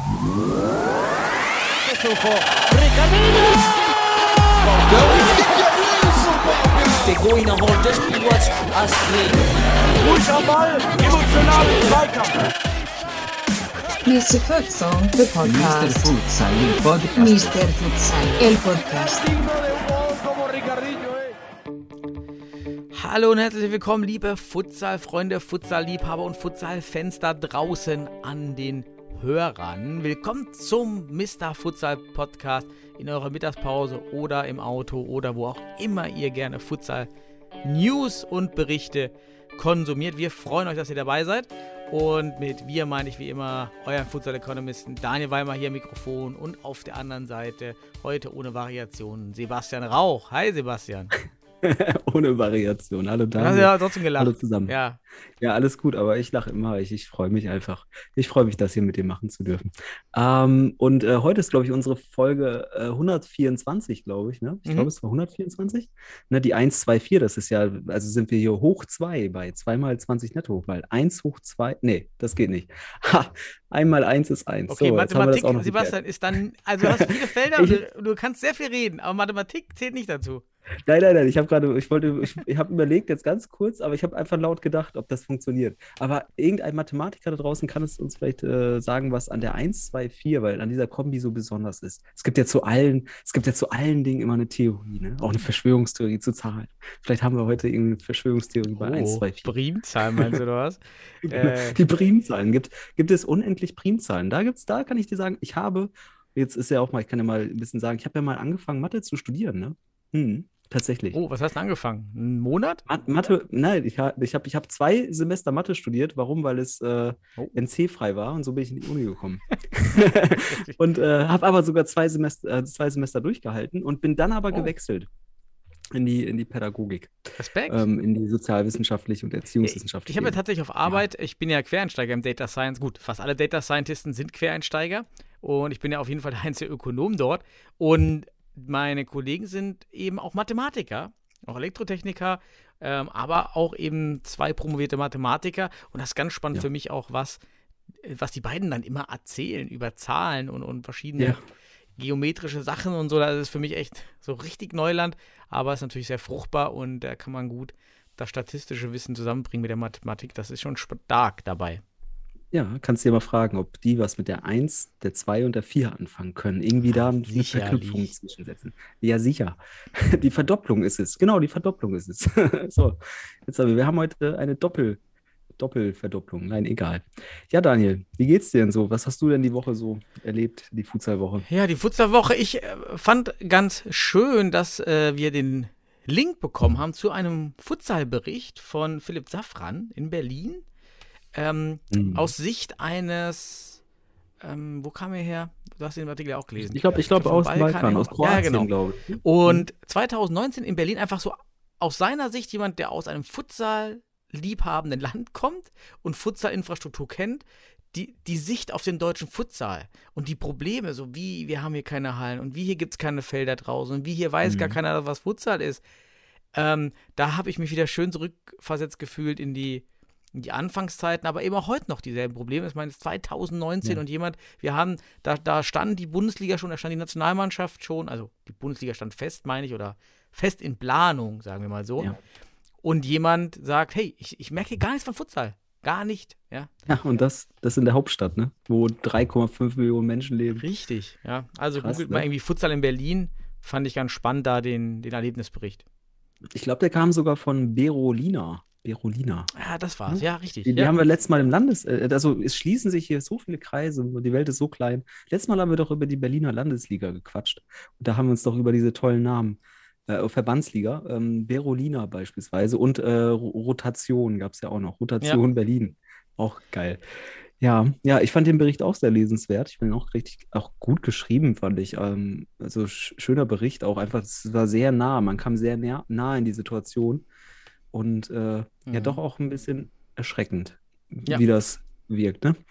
Der Goiner holt das Spiel als Ruhig am Ball, emotional im Zweikampf. Mr. Futsal, the podcast. Mr. Futsal, el podcast. Hallo und herzlich willkommen, liebe Futsal-Freunde, Futsal-Liebhaber und Futsal-Fans da draußen an den Hörern. Willkommen zum Mr. Futsal Podcast in eurer Mittagspause oder im Auto oder wo auch immer ihr gerne Futsal-News und Berichte konsumiert. Wir freuen euch, dass ihr dabei seid. Und mit wir meine ich wie immer euren Futsal-Ökonomisten Daniel Weimar hier am Mikrofon und auf der anderen Seite heute ohne Variationen Sebastian Rauch. Hi Sebastian. Ohne Variation. Hallo Daniel. Du hast ja trotzdem gelacht. Hallo zusammen. Ja, alles gut, aber ich lache immer. Ich freue mich einfach. Ich freue mich, das hier mit dir machen zu dürfen. Heute ist, glaube ich, unsere Folge 124, glaube ich. Ne? Ich glaube, es war 124. Ne, die 124, das ist ja, also sind wir hier hoch 2 bei 2 mal 20 netto, weil 1 hoch 2, nee, das geht nicht. Ha, 1 mal 1 ist 1. okay, so, Mathematik, Sebastian, ist dann, also du hast viele Felder und du kannst sehr viel reden, aber Mathematik zählt nicht dazu. Nein, ich habe überlegt jetzt ganz kurz, aber ich habe einfach laut gedacht, ob das funktioniert. Aber irgendein Mathematiker da draußen kann es uns vielleicht sagen, was an der 1, 2, 4, weil an dieser Kombi so besonders ist. Es gibt ja zu allen Dingen immer eine Theorie, ne? Auch eine Verschwörungstheorie zu Zahlen. Vielleicht haben wir heute irgendeine Verschwörungstheorie bei 1, 2, 4. Primzahlen meinst du, oder was? Die Primzahlen. Gibt es unendlich Primzahlen? Da kann ich dir sagen, jetzt ist ja auch mal, ich kann ja mal ein bisschen sagen, ich habe ja mal angefangen, Mathe zu studieren, ne? Tatsächlich. Oh, was hast du angefangen? Einen Monat? Mathe, nein, ich hab 2 Semester Mathe studiert. Warum? Weil es NC-frei war und so bin ich in die Uni gekommen. Und habe aber sogar 2 Semester durchgehalten und bin dann aber gewechselt in die Pädagogik. Respekt. In die sozialwissenschaftliche und erziehungswissenschaftliche. Ich habe ja tatsächlich auf Arbeit, ich bin ja Quereinsteiger im Data Science. Gut, fast alle Data Scientisten sind Quereinsteiger und ich bin ja auf jeden Fall der einzige Ökonom dort und meine Kollegen sind eben auch Mathematiker, auch Elektrotechniker, aber auch eben 2 promovierte Mathematiker. Und das ist ganz spannend für mich auch, was die beiden dann immer erzählen über Zahlen und verschiedene geometrische Sachen und so. Das ist für mich echt so richtig Neuland, aber es ist natürlich sehr fruchtbar und da kann man gut das statistische Wissen zusammenbringen mit der Mathematik. Das ist schon stark dabei. Ja, kannst du dir mal fragen, ob die was mit der 1, der 2 und der 4 anfangen können. Irgendwie da eine Verknüpfung zwischensetzen. Ja, sicher. Die Verdopplung ist es. Genau, die Verdopplung ist es. So, wir haben heute eine Doppelverdopplung. Nein, egal. Ja, Daniel, wie geht's dir denn so? Was hast du denn die Woche so erlebt, die Futsalwoche? Ja, die Futsalwoche. Ich fand ganz schön, dass wir den Link bekommen haben zu einem Futsalbericht von Philipp Safran in Berlin. Aus Sicht eines, wo kam er her? Du hast den Artikel ja auch gelesen. Ich glaube aus dem Balkan, aus Kroatien, glaube ich. Und 2019 in Berlin einfach so aus seiner Sicht jemand, der aus einem Futsal-liebhabenden Land kommt und Futsal-Infrastruktur kennt, die Sicht auf den deutschen Futsal und die Probleme, so wie wir haben hier keine Hallen und wie hier gibt es keine Felder draußen und wie hier weiß gar keiner, was Futsal ist. Da habe ich mich wieder schön zurückversetzt gefühlt in die Anfangszeiten, aber eben auch heute noch dieselben Probleme. Ich meine, es ist 2019 und da stand die Bundesliga schon, da stand die Nationalmannschaft schon, also die Bundesliga stand fest, meine ich, oder fest in Planung, sagen wir mal so. Ja. Und jemand sagt, hey, ich merke hier gar nichts von Futsal. Gar nicht, ja. Ja, und das in der Hauptstadt, ne? Wo 3,5 Millionen Menschen leben. Richtig, ja. Also krass, googelt mal irgendwie Futsal in Berlin, fand ich ganz spannend da den Erlebnisbericht. Ich glaube, der kam sogar von Berolina. Ja, das war's. Ja, richtig. Die haben wir letztes Mal also es schließen sich hier so viele Kreise und die Welt ist so klein. Letztes Mal haben wir doch über die Berliner Landesliga gequatscht. Und da haben wir uns doch über diese tollen Namen, Verbandsliga, Berolina beispielsweise und Rotation gab es ja auch noch. Rotation Berlin. Auch geil. Ja, ich fand den Bericht auch sehr lesenswert. Ich fand ihn auch gut geschrieben, fand ich. Also schöner Bericht auch einfach. Es war sehr nah. Man kam sehr nah in die Situation. Und doch auch ein bisschen erschreckend, wie das wirkt, ne?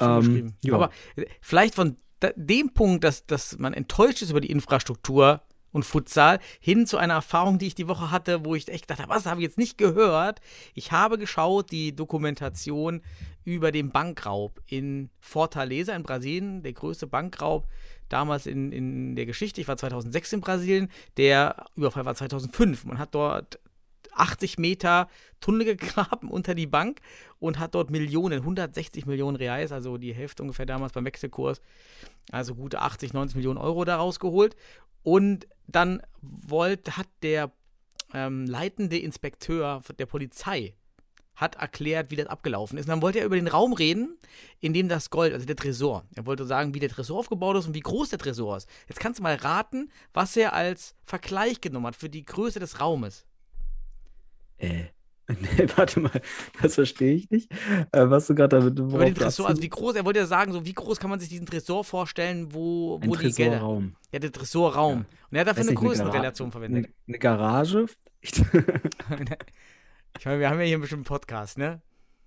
Aber vielleicht von dem Punkt, dass man enttäuscht ist über die Infrastruktur und Futsal, hin zu einer Erfahrung, die ich die Woche hatte, wo ich echt dachte, was habe ich jetzt nicht gehört? Ich habe geschaut, die Dokumentation über den Bankraub in Fortaleza in Brasilien, der größte Bankraub damals in der Geschichte. Ich war 2006 in Brasilien, der Überfall war 2005. Man hat dort 80 Meter Tunnel gegraben unter die Bank und hat dort 160 Millionen Reais, also die Hälfte ungefähr damals beim Wechselkurs, also gute 80, 90 Millionen Euro da rausgeholt. Und dann hat der leitende Inspekteur der Polizei hat erklärt, wie das abgelaufen ist. Und dann wollte er über den Raum reden, in dem das Gold, also der Tresor, er wollte sagen, wie der Tresor aufgebaut ist und wie groß der Tresor ist. Jetzt kannst du mal raten, was er als Vergleich genommen hat für die Größe des Raumes. Nee, warte mal, das verstehe ich nicht. Was du gerade damit... Über den Tresor, also wie groß, er wollte ja sagen, so wie groß kann man sich diesen Tresor vorstellen, wo die Gelder... Tresorraum. Ja, der Tresorraum. Ja. Und er hat dafür Weiß eine nicht, Größenrelation verwendet. Eine Garage? Ich meine, wir haben ja hier einen bestimmten Podcast, ne?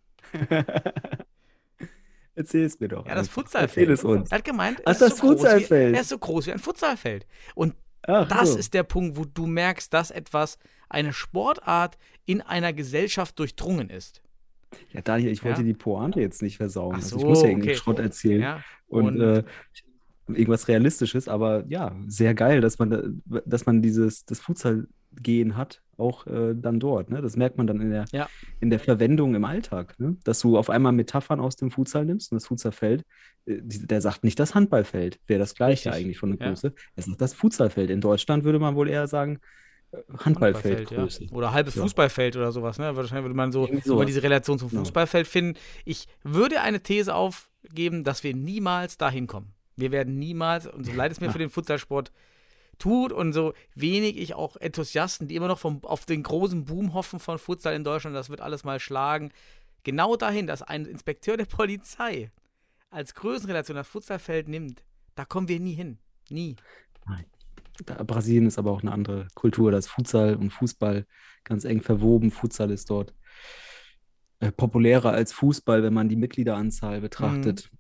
Erzähl es mir doch. Ja, das einfach. Futsalfeld. Erzähl es uns. Er hat gemeint, Ach, das Futsalfeld. Er ist so groß wie ein Futsalfeld. Und Ach, das so. ist der Punkt, wo du merkst, dass eine Sportart in einer Gesellschaft durchdrungen ist. Ja, Daniel, ich wollte Ja? die Pointe jetzt nicht versauen. Ach Also so, ich muss ja irgendeinen okay. Schrott erzählen. Ja, Und irgendwas Realistisches, aber ja, sehr geil, dass man das Futsal-Gehen hat, auch dann dort. Ne? Das merkt man dann in der Verwendung im Alltag, ne? Dass du auf einmal Metaphern aus dem Futsal nimmst und das Futsalfeld, der sagt nicht das Handballfeld, wäre das gleiche Richtig. eigentlich von der Ja. Größe. Er sagt das Futsalfeld. In Deutschland würde man wohl eher sagen Handballfeldgröße. ja. Oder halbes Ja. Fußballfeld oder sowas, ne? Wahrscheinlich würde man so Irgendwie über sowas. diese Relation zum Genau. Fußballfeld finden. Ich würde eine These aufgeben, dass wir niemals dahin kommen. Wir werden niemals, und so leid es mir für den Futsalsport tut und so wenig ich auch Enthusiasten, die immer noch auf den großen Boom hoffen von Futsal in Deutschland, das wird alles mal schlagen, genau dahin, dass ein Inspekteur der Polizei als Größenrelation das Futsalfeld nimmt, da kommen wir nie hin. Nie. Nein. Brasilien ist aber auch eine andere Kultur. Da ist Futsal und Fußball ganz eng verwoben. Futsal ist dort populärer als Fußball, wenn man die Mitgliederanzahl betrachtet.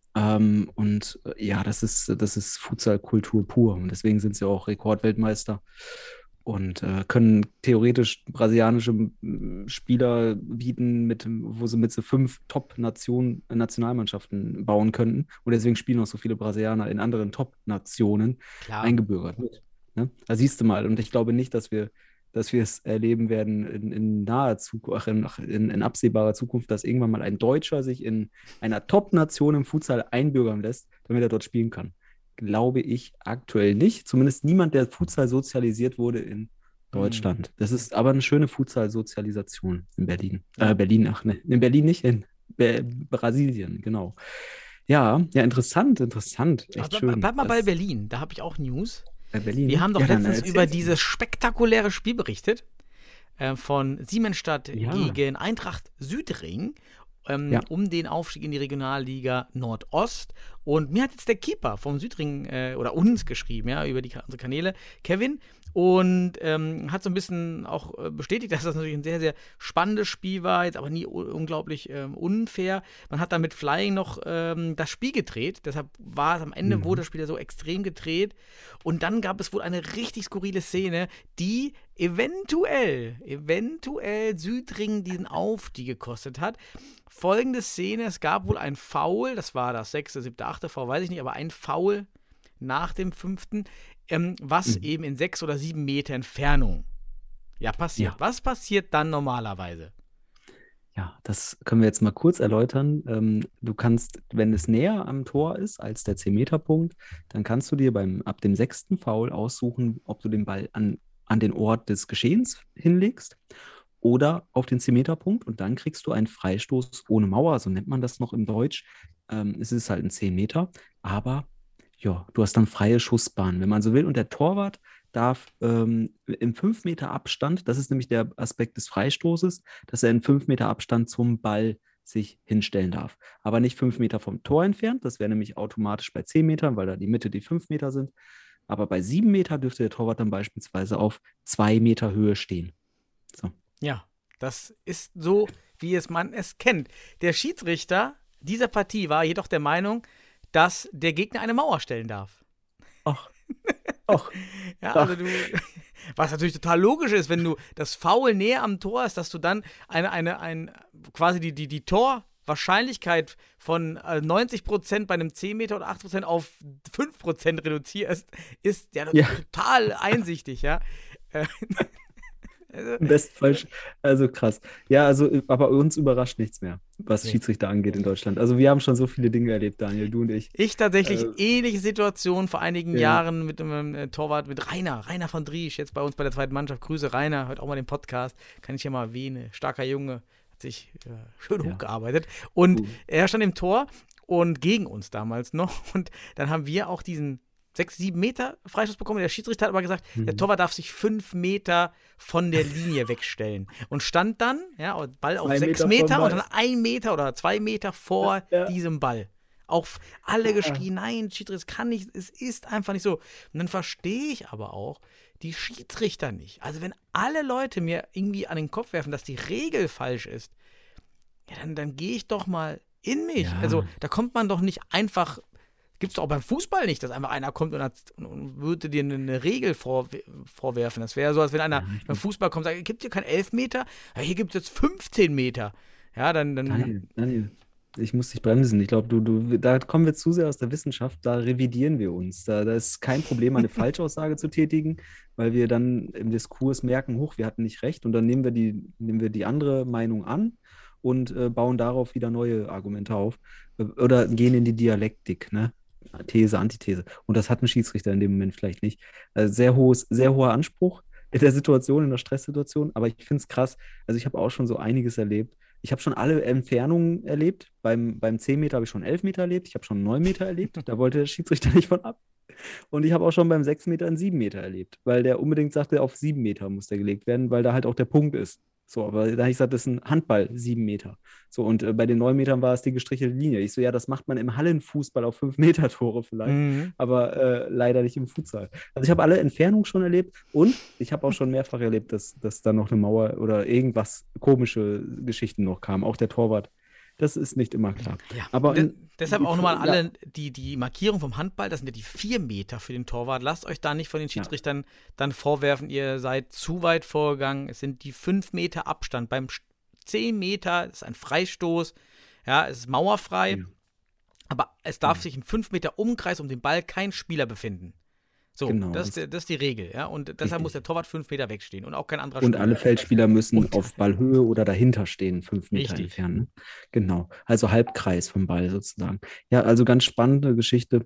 Ja, das ist Futsal-Kultur pur. Und deswegen sind sie auch Rekordweltmeister und können theoretisch brasilianische Spieler bieten, wo sie mit so 5 Top-Nationalmannschaften bauen könnten. Und deswegen spielen auch so viele Brasilianer in anderen Top-Nationen Klar. eingebürgert mit. Ne? Da siehst du mal. Und ich glaube nicht, dass wir es erleben werden in naher Zukunft, in absehbarer Zukunft, dass irgendwann mal ein Deutscher sich in einer Top-Nation im Futsal einbürgern lässt, damit er dort spielen kann. Glaube ich aktuell nicht. Zumindest niemand, der Futsal sozialisiert wurde in Deutschland. Das ist aber eine schöne Futsal-Sozialisation in Berlin. In Berlin nicht, in Brasilien, genau. Ja, interessant. Echt schön. Bleib mal bei Berlin, da habe ich auch News. Berlin. Wir haben doch dann letztens erzähl's über mir. dieses spektakuläre Spiel berichtet von Siemensstadt Ja. gegen Eintracht Südring um den Aufstieg in die Regionalliga Nordost. Und mir hat jetzt der Keeper vom Südring oder uns geschrieben, ja, über unsere Kanäle, Kevin, und hat so ein bisschen auch bestätigt, dass das natürlich ein sehr, sehr spannendes Spiel war, jetzt aber nie unglaublich unfair. Man hat dann mit Flying noch das Spiel gedreht, deshalb war es am Ende, wurde das Spiel ja so extrem gedreht. Und dann gab es wohl eine richtig skurrile Szene, die eventuell Südring diesen Aufstieg gekostet hat. Folgende Szene, es gab wohl ein Foul, das war das 6., 7., 8. Foul, weiß ich nicht, aber ein Foul nach dem 5., was eben in 6 oder 7 Meter Entfernung passiert. Ja. Was passiert dann normalerweise? Ja, das können wir jetzt mal kurz erläutern. Du kannst, wenn es näher am Tor ist als der 10-Meter-Punkt, dann kannst du dir ab dem 6. Foul aussuchen, ob du den Ball an den Ort des Geschehens hinlegst oder auf den 10-Meter-Punkt, und dann kriegst du einen Freistoß ohne Mauer, so nennt man das noch im Deutsch. Es ist halt ein 10 Meter, aber ja, du hast dann freie Schussbahn, wenn man so will, und der Torwart darf im 5 Meter Abstand, das ist nämlich der Aspekt des Freistoßes, dass er in 5 Meter Abstand zum Ball sich hinstellen darf. Aber nicht 5 Meter vom Tor entfernt, das wäre nämlich automatisch bei 10 Metern, weil da die Mitte die 5 Meter sind. Aber bei 7 Meter dürfte der Torwart dann beispielsweise auf 2 Meter Höhe stehen. So. Ja, das ist so, wie man es kennt. Der Schiedsrichter dieser Partie war jedoch der Meinung, dass der Gegner eine Mauer stellen darf. Ach, Auch. Ja, also was natürlich total logisch ist, wenn du das Foul näher am Tor hast, dass du dann quasi die Torwahrscheinlichkeit von 90% bei einem 10 Meter oder 8% auf 5% reduzierst, ist ja total einsichtig, ja. Im besten Fall, also krass. Ja, also, aber uns überrascht nichts mehr, was Schiedsrichter angeht in Deutschland. Also wir haben schon so viele Dinge erlebt, Daniel, du und ich. Ich tatsächlich ähnliche Situation vor einigen Jahren mit einem Torwart, mit Rainer von Driesch, jetzt bei uns bei der zweiten Mannschaft. Grüße Rainer, hört auch mal den Podcast, kann ich ja mal erwähnen. Starker Junge, hat sich schön hochgearbeitet. Und er stand im Tor und gegen uns damals noch. Und dann haben wir auch diesen 6, 7 Meter Freistoß bekommen. Der Schiedsrichter hat aber gesagt, der Torwart darf sich 5 Meter von der Linie wegstellen. Und stand dann, Ball auf 6 Meter und dann 1 Meter oder 2 Meter vor diesem Ball. Auch alle geschrien, nein, Schiedsrichter, es kann nicht, es ist einfach nicht so. Und dann verstehe ich aber auch die Schiedsrichter nicht. Also wenn alle Leute mir irgendwie an den Kopf werfen, dass die Regel falsch ist, ja, dann gehe ich doch mal in mich. Ja. Also da kommt man doch nicht einfach. Gibt es auch beim Fußball nicht, dass einfach einer kommt und würde dir eine Regel vorwerfen. Das wäre so, als wenn einer beim Fußball kommt und sagt, gibt hier kein 11 Meter? Ja, hier gibt es jetzt 15 Meter. Ja, dann Daniel, ich muss dich bremsen. Ich glaube, da kommen wir zu sehr aus der Wissenschaft, da revidieren wir uns. Da ist kein Problem, eine Falschaussage zu tätigen, weil wir dann im Diskurs merken, wir hatten nicht recht, und dann nehmen wir die andere Meinung an und bauen darauf wieder neue Argumente auf oder gehen in die Dialektik, ne? These, Antithese. Und das hat ein Schiedsrichter in dem Moment vielleicht nicht. Also sehr hoher Anspruch in der Situation, in der Stresssituation. Aber ich finde es krass. Also ich habe auch schon so einiges erlebt. Ich habe schon alle Entfernungen erlebt. Beim 10 Meter habe ich schon 11 Meter erlebt. Ich habe schon 9 Meter erlebt. Da wollte der Schiedsrichter nicht von ab. Und ich habe auch schon beim 6 Meter einen 7 Meter erlebt. Weil der unbedingt sagte, auf 7 Meter muss der gelegt werden, weil da halt auch der Punkt ist. So, aber da habe ich gesagt, das ist ein Handball, 7 Meter. So, und bei den 9 Metern war es die gestrichelte Linie. Ich so, ja, das macht man im Hallenfußball auf 5-Meter-Tore vielleicht, aber leider nicht im Futsal. Also ich habe alle Entfernungen schon erlebt und ich habe auch schon mehrfach erlebt, dass da noch eine Mauer oder irgendwas komische Geschichten noch kamen. Auch der Torwart. Das ist nicht immer klar. Ja, aber deshalb auch nochmal alle, die Markierung vom Handball, das sind ja die 4 Meter für den Torwart. Lasst euch da nicht von den Schiedsrichtern dann vorwerfen, ihr seid zu weit vorgegangen. Es sind die 5 Meter Abstand. Beim 10 Meter ist ein Freistoß, es ist mauerfrei, aber es darf sich in 5 Meter Umkreis um den Ball kein Spieler befinden. So, genau, das ist die Regel, und deshalb muss der Torwart 5 Meter wegstehen und auch kein anderer Spieler. Und alle Feldspieler müssen auf Ballhöhe oder dahinter stehen, 5 Meter entfernt. Ne? Genau, also Halbkreis vom Ball sozusagen. Ja, also ganz spannende Geschichte.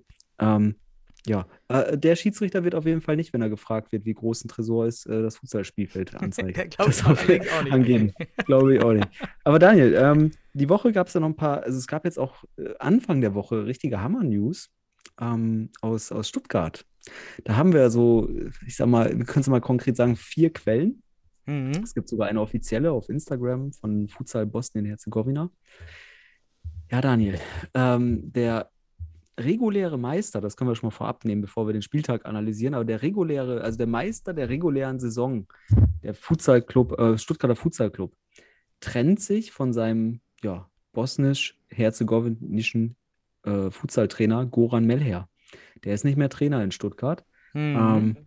Der Schiedsrichter wird auf jeden Fall nicht, wenn er gefragt wird, wie groß ein Tresor ist, das Futsalspielfeld anzeigen. Glaube ich auch nicht. Angeben. Glaube ich auch nicht. Aber Daniel, die Woche gab es ja noch ein paar, also es gab jetzt auch Anfang der Woche richtige Hammer-News aus Stuttgart. Da haben wir so, ich sag mal, wir können es mal konkret sagen, 4 Quellen. Es gibt sogar eine offizielle auf Instagram von Futsal Bosnien-Herzegowina. Ja, Daniel, der reguläre Meister, das können wir schon mal vorab nehmen, bevor wir den Spieltag analysieren, aber der Meister der regulären Saison, der Futsal-Club, Stuttgarter Futsal-Club, trennt sich von seinem bosnisch-herzegowinischen Futsal-Trainer Goran Melher. Der ist nicht mehr Trainer in Stuttgart. Das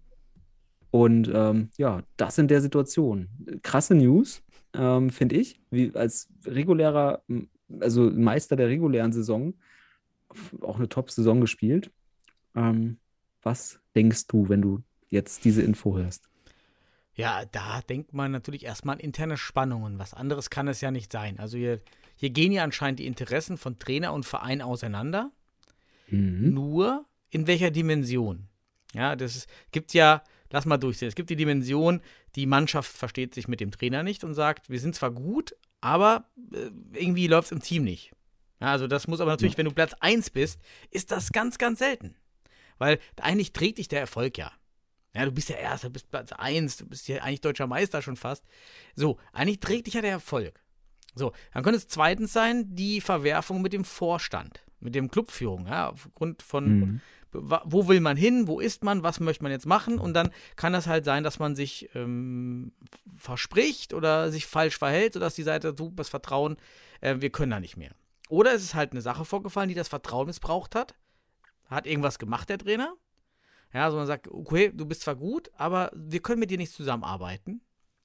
in der Situation. Krasse News, finde ich, wie als regulärer, also Meister der regulären Saison, auch eine Top-Saison gespielt. Was denkst du, wenn du jetzt diese Info hörst? Ja, da denkt man natürlich erstmal an interne Spannungen. Was anderes kann es ja nicht sein. Also hier gehen ja anscheinend die Interessen von Trainer und Verein auseinander. Nur in welcher Dimension? Ja, gibt ja, lass mal durchsehen, es gibt die Dimension, die Mannschaft versteht sich mit dem Trainer nicht und sagt, wir sind zwar gut, aber irgendwie läuft es im Team nicht. Ja, also das muss aber natürlich, wenn du Platz 1 bist, ist das ganz, ganz selten. Weil eigentlich trägt dich der Erfolg ja. Ja, du bist ja Erster, du bist Platz 1, du bist ja eigentlich deutscher Meister schon fast. So, eigentlich trägt dich ja der Erfolg. So, dann könnte es zweitens sein, die Verwerfung mit dem Vorstand, mit dem Clubführung, aufgrund von, wo will man hin, wo ist man, was möchte man jetzt machen, und dann kann das halt sein, dass man sich verspricht oder sich falsch verhält, sodass die Seite, das Vertrauen, wir können da nicht mehr. Oder es ist halt eine Sache vorgefallen, die das Vertrauen missbraucht hat irgendwas gemacht, der Trainer, Ja, also man sagt, okay, du bist zwar gut, aber wir können mit dir nicht zusammenarbeiten.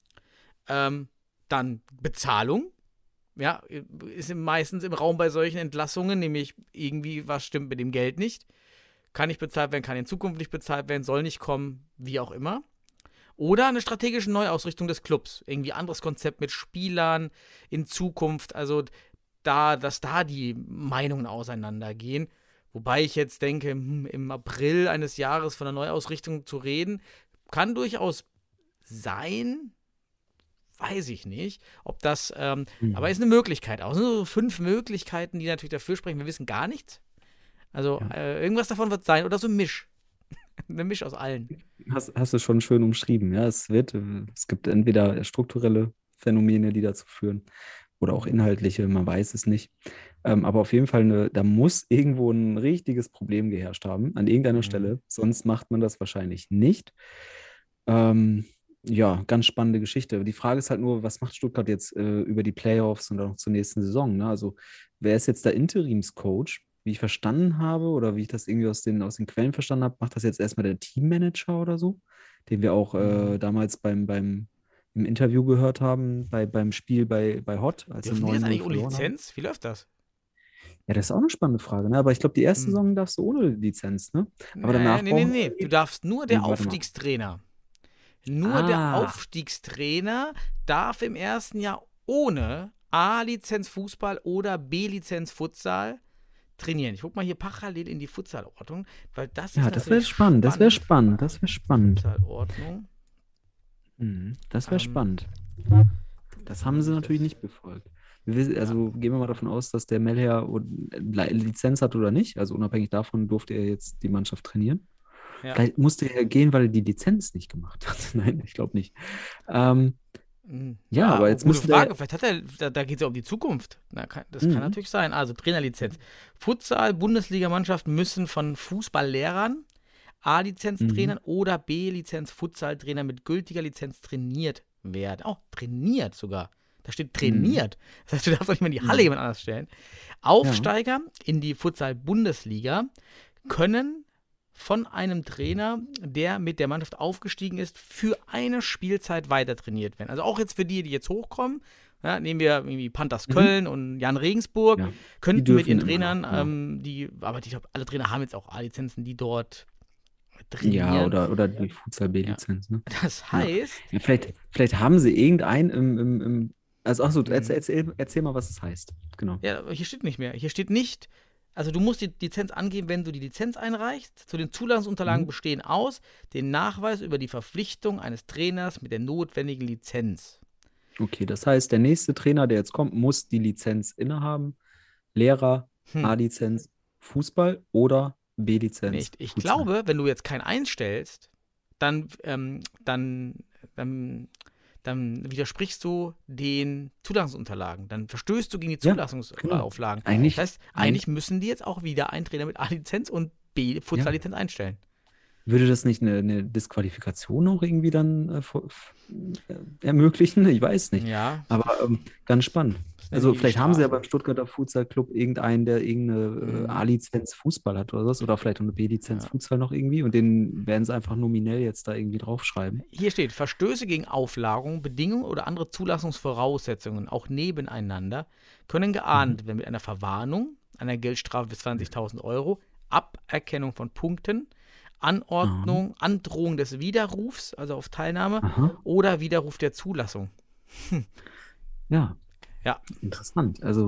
Dann Bezahlung. Ja, ist meistens im Raum bei solchen Entlassungen, nämlich irgendwie was stimmt mit dem Geld nicht. Kann nicht bezahlt werden, kann in Zukunft nicht bezahlt werden, soll nicht kommen, wie auch immer. Oder eine strategische Neuausrichtung des Clubs. Irgendwie anderes Konzept mit Spielern in Zukunft. Also dass da die Meinungen auseinandergehen. Wobei ich jetzt denke, im April eines Jahres von einer Neuausrichtung zu reden, kann durchaus sein. Weiß ich nicht, ob das, aber ist eine Möglichkeit auch. Es sind so 5 Möglichkeiten, die natürlich dafür sprechen. Wir wissen gar nichts. Also irgendwas davon wird sein oder so ein Misch. Eine Misch aus allen. Hast du schon schön umschrieben. Ja, es gibt entweder strukturelle Phänomene, die dazu führen, oder auch inhaltliche, man weiß es nicht. Aber auf jeden Fall, da muss irgendwo ein richtiges Problem geherrscht haben, an irgendeiner Stelle. Sonst macht man das wahrscheinlich nicht. Ja, ganz spannende Geschichte. Die Frage ist halt nur, was macht Stuttgart jetzt über die Playoffs und auch noch zur nächsten Saison? Ne? Also, wer ist jetzt der Interimscoach? Wie ich verstanden habe oder wie ich das irgendwie aus den Quellen verstanden habe, macht das jetzt erstmal der Teammanager oder so, den wir auch damals im Interview gehört haben, beim Spiel bei Hot. Als Dürfen die das eigentlich ohne Lizenz? Wie läuft das? Ja, das ist auch eine spannende Frage, ne? Aber ich glaube, die erste Saison darfst du ohne Lizenz, ne? Aber danach Nee. Du darfst nur der Aufstiegstrainer. Der Aufstiegstrainer darf im ersten Jahr ohne A-Lizenz Fußball oder B-Lizenz Futsal trainieren. Ich gucke mal hier parallel in die Futsalordnung, weil das ist das wäre spannend. Das wäre spannend. Futsalordnung. Das wäre spannend. Das haben sie natürlich nicht befolgt. Also gehen wir mal davon aus, dass der Melher Lizenz hat oder nicht. Also unabhängig davon durfte er jetzt die Mannschaft trainieren. Ja. Vielleicht musste er gehen, weil er die Lizenz nicht gemacht hat. Nein, ich glaube nicht. Aber jetzt gute Frage. Vielleicht hat da geht es ja um die Zukunft. Das kann natürlich sein. Also Trainerlizenz. Futsal-Bundesligamannschaften müssen von Fußballlehrern, A-Lizenz-Trainern oder B-Lizenz-Futsal-Trainer mit gültiger Lizenz trainiert werden. Oh, trainiert sogar. Da steht trainiert. Das heißt, du darfst auch nicht mehr in die Halle jemand anders stellen. Aufsteiger in die Futsal-Bundesliga können von einem Trainer, der mit der Mannschaft aufgestiegen ist, für eine Spielzeit weiter trainiert werden. Also auch jetzt für die jetzt hochkommen, ja, nehmen wir irgendwie Panthers Köln und Jan Regensburg, könnten mit ihren Trainern, aber ich glaube, alle Trainer haben jetzt auch A-Lizenzen, die dort trainieren. Ja, oder die Futsal-B-Lizenz. Ne? Das heißt... Ja, vielleicht haben sie irgendeinen erzähl mal, was es heißt. Genau. Ja, hier steht nicht mehr. Hier steht nicht... Also du musst die Lizenz angeben, wenn du die Lizenz einreichst. Zu den Zulassungsunterlagen bestehen aus den Nachweis über die Verpflichtung eines Trainers mit der notwendigen Lizenz. Okay, das heißt, der nächste Trainer, der jetzt kommt, muss die Lizenz innehaben. Lehrer, A-Lizenz, Fußball oder B-Lizenz. Nicht. Ich glaube, wenn du jetzt keinen einstellst, dann widersprichst du den Zulassungsunterlagen. Dann verstößt du gegen die Zulassungsauflagen. Genau. Das heißt, eigentlich müssen die jetzt auch wieder einen Trainer mit A-Lizenz und B-Futsal-Lizenz einstellen. Würde das nicht eine Disqualifikation auch irgendwie dann ermöglichen? Ich weiß nicht. Ja. Aber ganz spannend. Also vielleicht haben sie ja beim Stuttgarter Futsal Club irgendeinen, der irgendeine A-Lizenz Fußball hat oder was. Oder vielleicht eine B-Lizenz Futsal noch irgendwie. Und den werden sie einfach nominell jetzt da irgendwie draufschreiben. Hier steht, Verstöße gegen Auflagerungen, Bedingungen oder andere Zulassungsvoraussetzungen, auch nebeneinander, können geahndet werden mit einer Verwarnung, einer Geldstrafe bis 20.000 Euro, Aberkennung von Punkten, Anordnung, Androhung des Widerrufs, also auf Teilnahme, oder Widerruf der Zulassung. Ja. Ja. Interessant. Also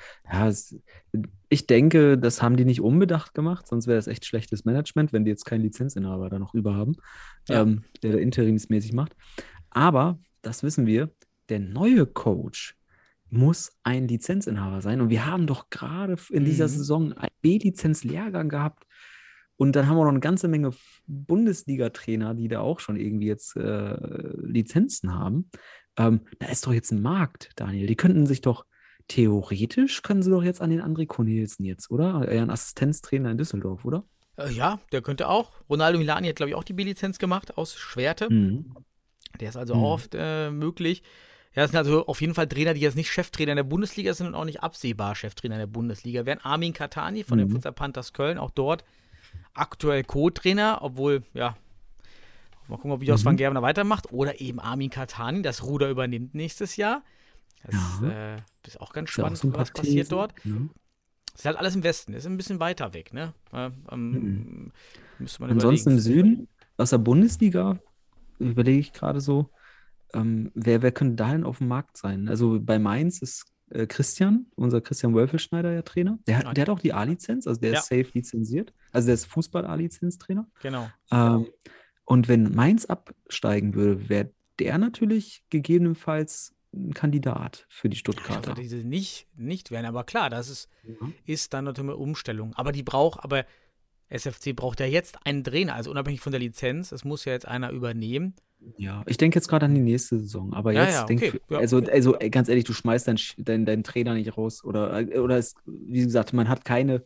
ich denke, das haben die nicht unbedacht gemacht, sonst wäre das echt schlechtes Management, wenn die jetzt keinen Lizenzinhaber da noch über haben, der interimsmäßig macht. Aber, das wissen wir, der neue Coach muss ein Lizenzinhaber sein. Und wir haben doch gerade in dieser Saison einen B-Lizenz-Lehrgang gehabt. Und dann haben wir noch eine ganze Menge Bundesliga-Trainer, die da auch schon irgendwie jetzt Lizenzen haben. Da ist doch jetzt ein Markt, Daniel. Die könnten sich doch, theoretisch können sie doch jetzt an den André Cornelissen jetzt, oder? Ein Assistenztrainer in Düsseldorf, oder? Ja, der könnte auch. Ronaldo Milani hat, glaube ich, auch die B-Lizenz gemacht aus Schwerte. Der ist also auch oft möglich. Ja, das sind also auf jeden Fall Trainer, die jetzt nicht Cheftrainer in der Bundesliga sind und auch nicht absehbar Cheftrainer in der Bundesliga. Wären Armin Katani von den Futsal Panthers Köln auch dort aktuell Co-Trainer, obwohl, ja, mal gucken, ob Jos van Gerwen weitermacht oder eben Armin Kahtani das Ruder übernimmt nächstes Jahr. Das ist auch ganz spannend, was passiert dort. Ne? Das ist halt alles im Westen, ist ein bisschen weiter weg, ne? Müsste man Ansonsten im überlegen. Süden, aus der Bundesliga, überlege ich gerade so, wer könnte da denn auf dem Markt sein? Also bei Mainz ist unser Christian Wölfelschneider ja Trainer. Der hat auch die A-Lizenz, also der ist safe lizenziert. Also der ist Fußball-A-Lizenz-Trainer. Genau. Und wenn Mainz absteigen würde, wäre der natürlich gegebenenfalls ein Kandidat für die Stuttgarter. Ja, diese nicht werden, aber klar, das ist dann natürlich eine Umstellung. Aber SFC braucht ja jetzt einen Trainer, also unabhängig von der Lizenz, es muss ja jetzt einer übernehmen. Ja, ich denke jetzt gerade an die nächste Saison, aber also ganz ehrlich, du schmeißt deinen Trainer nicht raus oder wie gesagt, man hat kein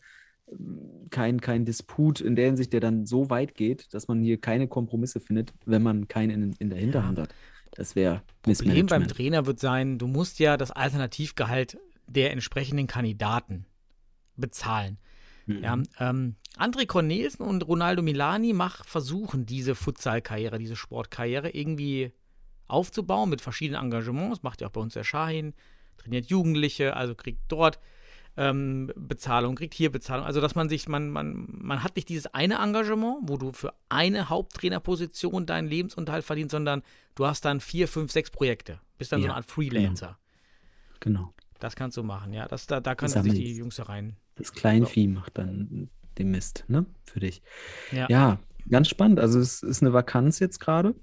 Disput in der Hinsicht, der dann so weit geht, dass man hier keine Kompromisse findet, wenn man keinen in der Hinterhand hat. Das wäre Problem beim Trainer wird sein, du musst ja das Alternativgehalt der entsprechenden Kandidaten bezahlen. Ja, André Cornelsen und Ronaldo Milani versuchen diese Futsal-Karriere, diese Sportkarriere irgendwie aufzubauen mit verschiedenen Engagements. Macht ja auch bei uns der Schahin, trainiert Jugendliche, also kriegt dort Bezahlung, kriegt hier Bezahlung. Also dass man hat nicht dieses eine Engagement, wo du für eine Haupttrainerposition deinen Lebensunterhalt verdienst, sondern du hast dann 4, 5, 6 Projekte. Bist dann so eine Art Freelancer. Genau. Das kannst du machen, ja. Da können sich die Jungs da rein. Das Kleinvieh macht dann den Mist, ne? Für dich. Ja, ganz spannend. Also es ist eine Vakanz jetzt gerade.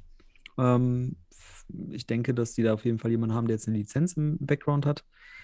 Ich denke, dass die da auf jeden Fall jemanden haben, der jetzt eine Lizenz im Background hat.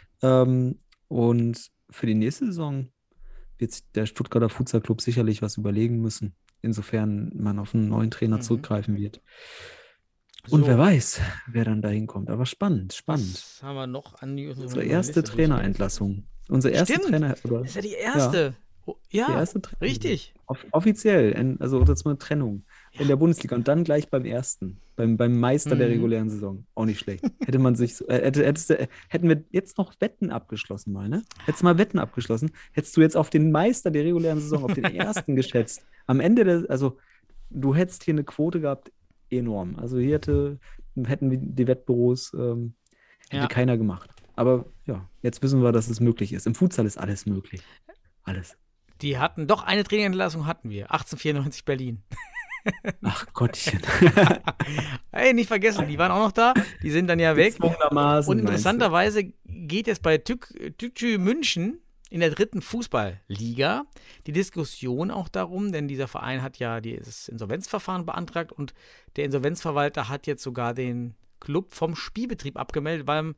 Und für die nächste Saison wird sich der Stuttgarter Futsal Club sicherlich was überlegen müssen, insofern man auf einen neuen Trainer zurückgreifen wird. Und wer weiß, wer dann da hinkommt. Aber spannend. Was haben wir noch an unsere erste Trainerentlassung. Unser erster Trainer. Oder? Das ist ja die erste. Ja, die erste richtig. Offiziell, also das ist eine Trennung in der Bundesliga und dann gleich beim ersten, beim Meister der regulären Saison. Auch nicht schlecht. Hätte man sich hätten wir jetzt noch Wetten abgeschlossen mal, ne? Hättest du mal Wetten abgeschlossen, hättest du jetzt auf den Meister der regulären Saison, auf den ersten geschätzt. Am Ende du hättest hier eine Quote gehabt, enorm. Also hier hätten wir die Wettbüros, hätte keiner gemacht. Aber ja, jetzt wissen wir, dass es möglich ist. Im Futsal ist alles möglich. Alles. Die hatten doch eine Trainerentlassung hatten wir. 1894 Berlin. Ach Gottchen. Hey, nicht vergessen, die waren auch noch da. Die sind dann ja weg. Und interessanterweise geht jetzt bei Tüktü München in der 3. Fußballliga die Diskussion auch darum, denn dieser Verein hat ja das Insolvenzverfahren beantragt und der Insolvenzverwalter hat jetzt sogar den Club vom Spielbetrieb abgemeldet, weil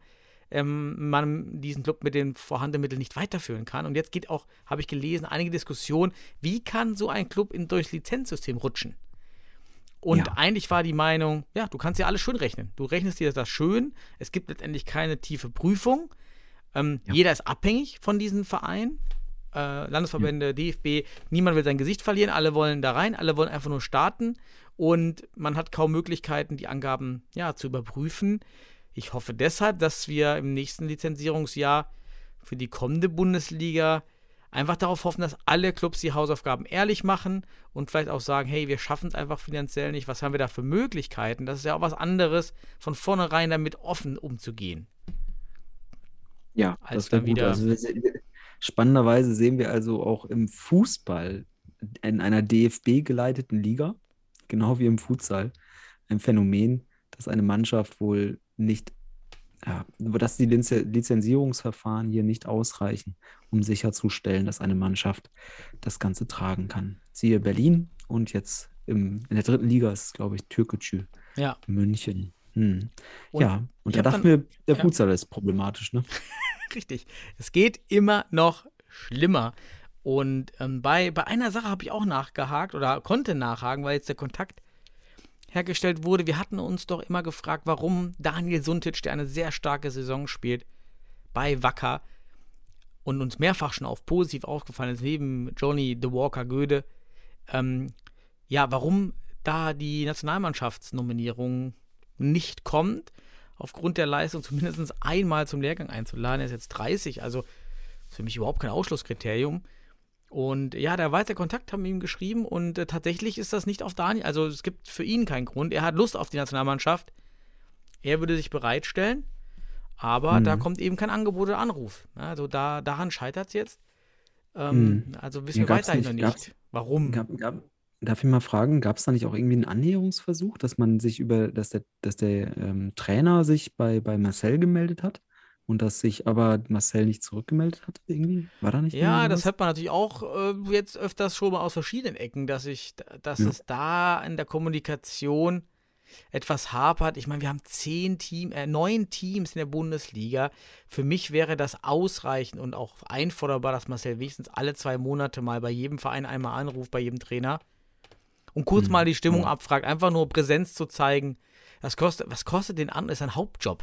man diesen Club mit den vorhandenen Mitteln nicht weiterführen kann. Und jetzt geht auch, habe ich gelesen, einige Diskussionen, wie kann so ein Club durchs Lizenzsystem rutschen? Und eigentlich war die Meinung, ja, du kannst ja alles schön rechnen. Du rechnest dir das schön, es gibt letztendlich keine tiefe Prüfung. Jeder ist abhängig von diesem Verein. Landesverbände, DFB, niemand will sein Gesicht verlieren, alle wollen da rein, alle wollen einfach nur starten und man hat kaum Möglichkeiten, die Angaben zu überprüfen. Ich hoffe deshalb, dass wir im nächsten Lizenzierungsjahr für die kommende Bundesliga einfach darauf hoffen, dass alle Clubs die Hausaufgaben ehrlich machen und vielleicht auch sagen, hey, wir schaffen es einfach finanziell nicht, was haben wir da für Möglichkeiten? Das ist ja auch was anderes, von vornherein damit offen umzugehen. Ja, als das wäre gut. Also, spannenderweise sehen wir also auch im Fußball in einer DFB-geleiteten Liga, genau wie im Futsal, ein Phänomen, dass eine Mannschaft wohl nicht, dass die Lizenzierungsverfahren hier nicht ausreichen, um sicherzustellen, dass eine Mannschaft das Ganze tragen kann. Siehe Berlin und jetzt in der 3. Liga ist es, glaube ich, Türkgücü, München. Und da dachten wir, der Futsal ist problematisch, ne? Richtig. Es geht immer noch schlimmer. Und bei einer Sache habe ich auch nachgehakt oder konnte nachhaken, weil jetzt der Kontakt hergestellt wurde. Wir hatten uns doch immer gefragt, warum Daniel Suntic, der eine sehr starke Saison spielt, bei Wacker und uns mehrfach schon auf positiv aufgefallen ist, neben Johnny The Walker Göde, warum da die Nationalmannschaftsnominierung nicht kommt, aufgrund der Leistung zumindest einmal zum Lehrgang einzuladen. Er ist jetzt 30, also für mich überhaupt kein Ausschlusskriterium. Und ja, der Weißer Kontakt haben ihm geschrieben und tatsächlich ist das nicht auf Daniel, also es gibt für ihn keinen Grund. Er hat Lust auf die Nationalmannschaft. Er würde sich bereitstellen, aber da kommt eben kein Angebot oder Anruf. Ja, also daran scheitert es jetzt. Also wissen wir weiterhin noch nicht. Warum? Darf ich mal fragen, gab es da nicht auch irgendwie einen Annäherungsversuch, dass man sich dass der Trainer sich bei Marcel gemeldet hat und dass sich aber Marcel nicht zurückgemeldet hat irgendwie? War da nicht Ja, irgendwie das sowas? hört man natürlich auch jetzt öfters schon mal aus verschiedenen Ecken, dass es da in der Kommunikation etwas hapert. Ich meine, wir haben 9 Teams in der Bundesliga. Für mich wäre das ausreichend und auch einforderbar, dass Marcel wenigstens alle 2 Monate mal bei jedem Verein einmal anruft, bei jedem Trainer und kurz mal die Stimmung abfragt, einfach nur Präsenz zu zeigen. Was kostet den an? Das ist ein Hauptjob.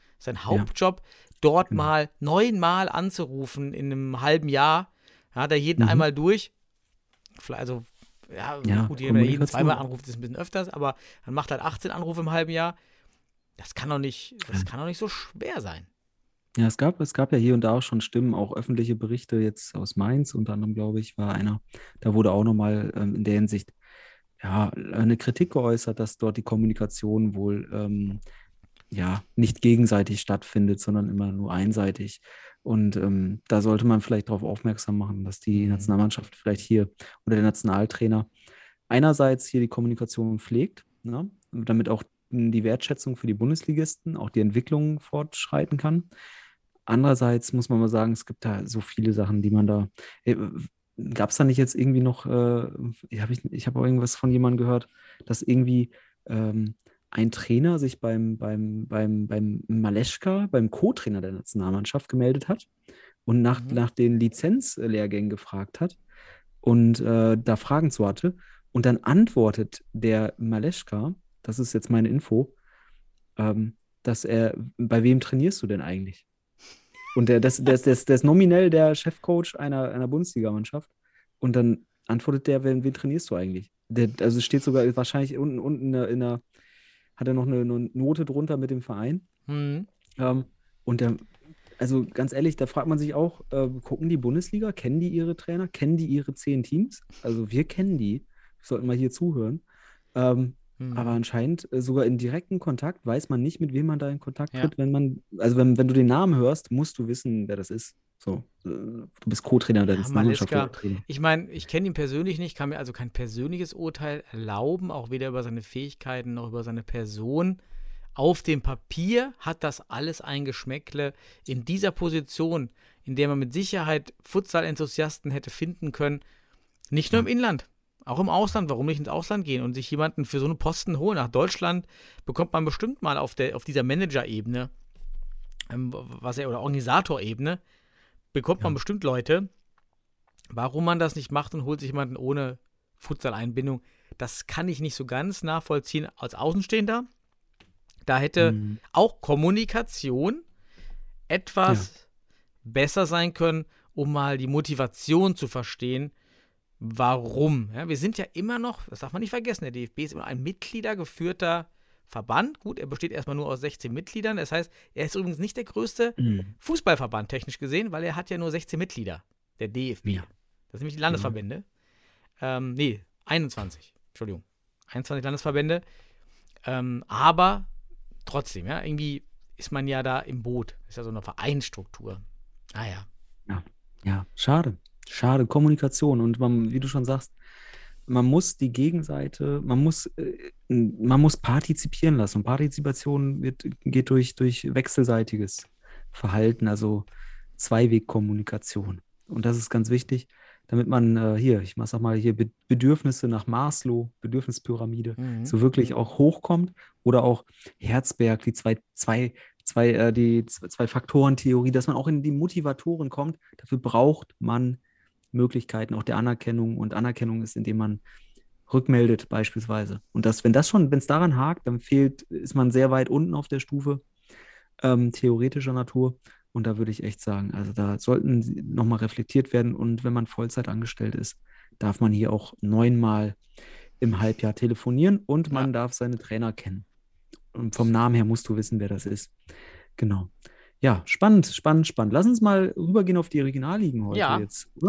Dort mal 9-mal anzurufen in einem halben Jahr. Ja, hat er jeden einmal durch. Also, gut, wenn er jeden 2-mal anruft, ist ein bisschen öfters, aber dann macht er 18 Anrufe im halben Jahr. Das kann doch nicht so schwer sein. Ja, es gab ja hier und da auch schon Stimmen, auch öffentliche Berichte jetzt aus Mainz, unter anderem, glaube ich, war einer. Da wurde auch nochmal in der Hinsicht eine Kritik geäußert, dass dort die Kommunikation wohl nicht gegenseitig stattfindet, sondern immer nur einseitig. Und da sollte man vielleicht darauf aufmerksam machen, dass die Nationalmannschaft vielleicht hier oder der Nationaltrainer einerseits hier die Kommunikation pflegt, ne, damit auch die Wertschätzung für die Bundesligisten, auch die Entwicklung fortschreiten kann. Andererseits muss man mal sagen, es gibt da so viele Sachen, die man da. Gab es da nicht jetzt irgendwie noch, ich habe auch irgendwas von jemandem gehört, dass irgendwie ein Trainer sich beim Maleschka, beim Co-Trainer der Nationalmannschaft gemeldet hat und nach den Lizenzlehrgängen gefragt hat und da Fragen zu hatte. Und dann antwortet der Maleschka, das ist jetzt meine Info, dass bei wem trainierst du denn eigentlich? Und der ist nominell der Chefcoach einer Bundesligamannschaft. Und dann antwortet der, wen trainierst du eigentlich? Also steht sogar wahrscheinlich unten hat er noch eine Note drunter mit dem Verein. Also ganz ehrlich, da fragt man sich auch, gucken die Bundesliga, kennen die ihre Trainer, kennen die ihre 10 Teams? Also wir kennen die, wir sollten mal hier zuhören. Aber anscheinend sogar in direkten Kontakt weiß man nicht, mit wem man da in Kontakt tritt, wenn du den Namen hörst, musst du wissen, wer das ist. So, du bist Co-Trainer der Nationalmannschaft. Ich meine, ich kenne ihn persönlich nicht, kann mir also kein persönliches Urteil erlauben, auch weder über seine Fähigkeiten noch über seine Person. Auf dem Papier hat das alles ein Geschmäckle. In dieser Position, in der man mit Sicherheit Futsal-Enthusiasten hätte finden können, nicht nur im Inland, auch im Ausland. Warum nicht ins Ausland gehen und sich jemanden für so einen Posten holen? Nach Deutschland bekommt man bestimmt mal auf dieser Manager-Ebene, oder Organisatorebene, bekommt man bestimmt Leute. Warum man das nicht macht und holt sich jemanden ohne Futsal-Einbindung, das kann ich nicht so ganz nachvollziehen als Außenstehender. Da hätte auch Kommunikation etwas besser sein können, um mal die Motivation zu verstehen, warum. Ja, wir sind ja immer noch, das darf man nicht vergessen, der DFB ist immer ein mitgliedergeführter Verband. Gut, er besteht erstmal nur aus 16 Mitgliedern. Das heißt, er ist übrigens nicht der größte Fußballverband, technisch gesehen, weil er hat ja nur 16 Mitglieder, der DFB. Ja. Das sind nämlich die Landesverbände. 21. Entschuldigung. 21 Landesverbände. Aber trotzdem, ja, irgendwie ist man ja da im Boot. Ist ja so eine Vereinsstruktur. Ja, schade. Schade, Kommunikation. Und wie du schon sagst, man muss die Gegenseite, man muss partizipieren lassen. Und Partizipation geht durch wechselseitiges Verhalten, also Zweiwegkommunikation. Und das ist ganz wichtig, damit man ich sag mal hier Bedürfnisse nach Maslow, Bedürfnispyramide, so wirklich auch hochkommt. Oder auch Herzberg, die zwei Faktoren-Theorie, dass man auch in die Motivatoren kommt. Dafür braucht man Möglichkeiten auch der Anerkennung. Und Anerkennung ist, indem man rückmeldet beispielsweise. Und wenn es daran hakt, dann ist man sehr weit unten auf der Stufe theoretischer Natur. Und da würde ich echt sagen, also da sollten nochmal reflektiert werden. Und wenn man Vollzeit angestellt ist, darf man hier auch 9-mal im Halbjahr telefonieren und man darf seine Trainer kennen. Und vom Namen her musst du wissen, wer das ist. Genau. Ja, spannend. Lass uns mal rübergehen auf die Regionalligen heute jetzt, oder?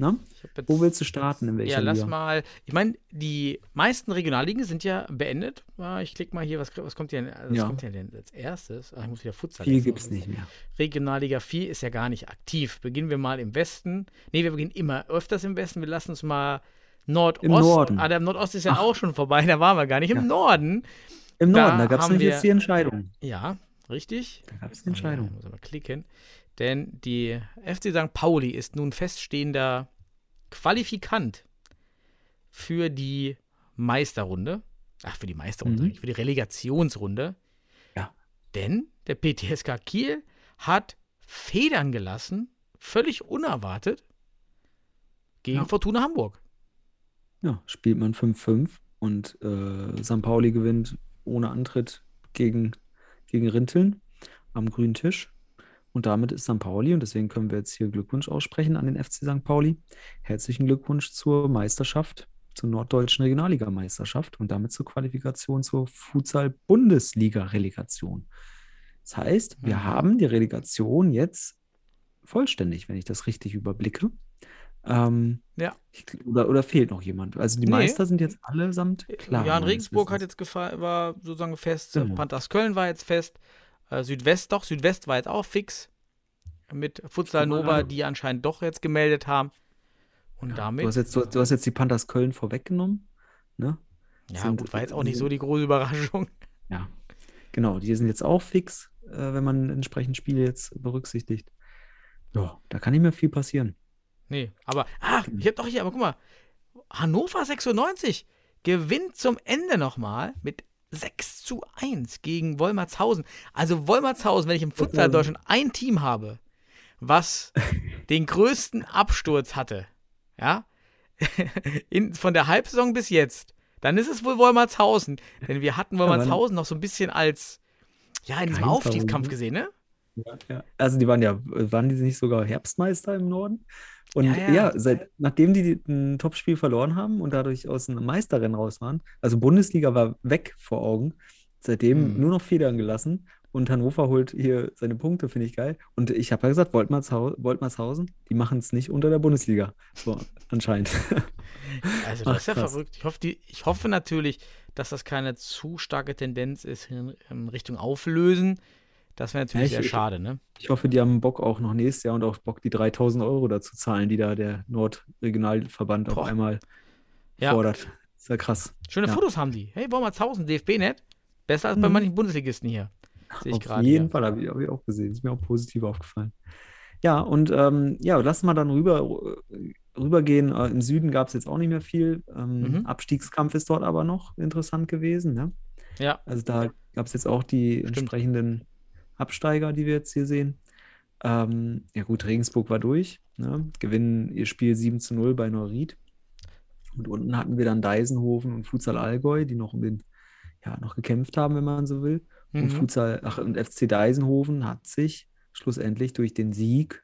Ne? Jetzt, Wo willst du starten? In welcher ja, lass Liga? mal. Ich meine, die meisten Regionalligen sind ja beendet. Ich klicke mal hier, was kommt hier, Ja. kommt hier denn als erstes? Ich muss wieder Futsal. 4 lesen. gibt es nicht mehr. Regionalliga 4 ist ja gar nicht aktiv. Beginnen wir mal im Westen. Ne, wir beginnen immer öfters im Westen. Wir lassen uns mal Nordost. Im Norden. Der Nordost ist ja auch schon vorbei. Da waren wir gar nicht. Im Norden. Im Da Norden, da gab es haben nämlich wir- jetzt die Entscheidung. Ja, richtig. Da gab es die Ja, Entscheidung. muss ich mal klicken. Denn die FC St. Pauli ist nun feststehender Qualifikant für die Meisterrunde. Ach, für die Meisterrunde, eigentlich, für die Relegationsrunde. Ja. Denn der PTSK Kiel hat Federn gelassen, völlig unerwartet, gegen Ja. Fortuna Hamburg. Ja, spielt man 5-5 und St. Pauli gewinnt ohne Antritt gegen Rinteln am grünen Tisch. Und damit ist St. Pauli, und deswegen können wir jetzt hier Glückwunsch aussprechen an den FC St. Pauli. Herzlichen Glückwunsch zur Meisterschaft, zur norddeutschen Regionalligameisterschaft und damit zur Qualifikation zur Futsal-Bundesliga-Relegation. Das heißt, wir haben die Relegation jetzt vollständig, wenn ich das richtig überblicke. Ja. Oder fehlt noch jemand? Also die Nee. Meister sind jetzt allesamt klar. Jan meines Regensburg hat Wissens. jetzt war sozusagen fest. Genau. Panthers Köln war jetzt fest. Südwest war jetzt auch fix. Mit Futsal Guck mal Nova, an. die anscheinend doch jetzt gemeldet haben. Und Du damit, hast jetzt die Panthers Köln vorweggenommen. Ne? ja sind- gut, war jetzt auch nicht so die große Überraschung. Ja, genau. Die sind jetzt auch fix, wenn man entsprechend Spiele jetzt berücksichtigt. Ja, da kann nicht mehr viel passieren. Nee, aber, ich hab doch hier, aber guck mal, Hannover 96 gewinnt zum Ende nochmal mit 6:1 gegen Wolmertshausen. Also Wolmertshausen, wenn ich im Futsal Deutschland ein Team habe, was den größten Absturz hatte, ja, von der Halbsaison bis jetzt, dann ist es wohl Wolmertshausen. Denn wir hatten Wolmertshausen noch so ein bisschen als, ja, in diesem Geheimfavorit, Aufstiegskampf ne? gesehen, ne? Ja. Also waren die nicht sogar Herbstmeister im Norden? Und Ja. nachdem die ein Topspiel verloren haben und dadurch aus einem Meisterrennen raus waren, also Bundesliga war weg vor Augen, seitdem nur noch Federn gelassen und Hannover holt hier seine Punkte, finde ich geil. Und ich habe ja gesagt, Woltmarshausen, die machen es nicht unter der Bundesliga. So, anscheinend. Also das Ach, ist ja krass. verrückt. Ich hoffe natürlich, dass das keine zu starke Tendenz ist in Richtung Auflösen. Das wäre natürlich Ja, sehr schade, ne? Ich hoffe, die haben Bock auch noch nächstes Jahr und auch Bock, die 3.000 Euro dazu zahlen, die da der Nordregionalverband auf Boah. einmal Ja. fordert. Ist ja krass. Schöne Ja. Fotos haben die. Hey, Wolmertshausen, DFB-Net. Besser als bei manchen Bundesligisten hier. Sehe ich Auf gerade. jeden hier. Fall, habe ich auch gesehen. Ist mir auch positiv aufgefallen. Ja, und lassen wir dann rübergehen. Im Süden gab es jetzt auch nicht mehr viel. Abstiegskampf ist dort aber noch interessant gewesen. Ne? Ja, Also da gab es jetzt auch die entsprechenden Absteiger, die wir jetzt hier sehen. Ja gut, Regensburg war durch. Ne? Gewinnen ihr Spiel 7:0 bei Neuried. Und unten hatten wir dann Deisenhofen und Futsal Allgäu, die noch noch gekämpft haben, wenn man so will. Und und FC Deisenhofen hat sich schlussendlich durch den Sieg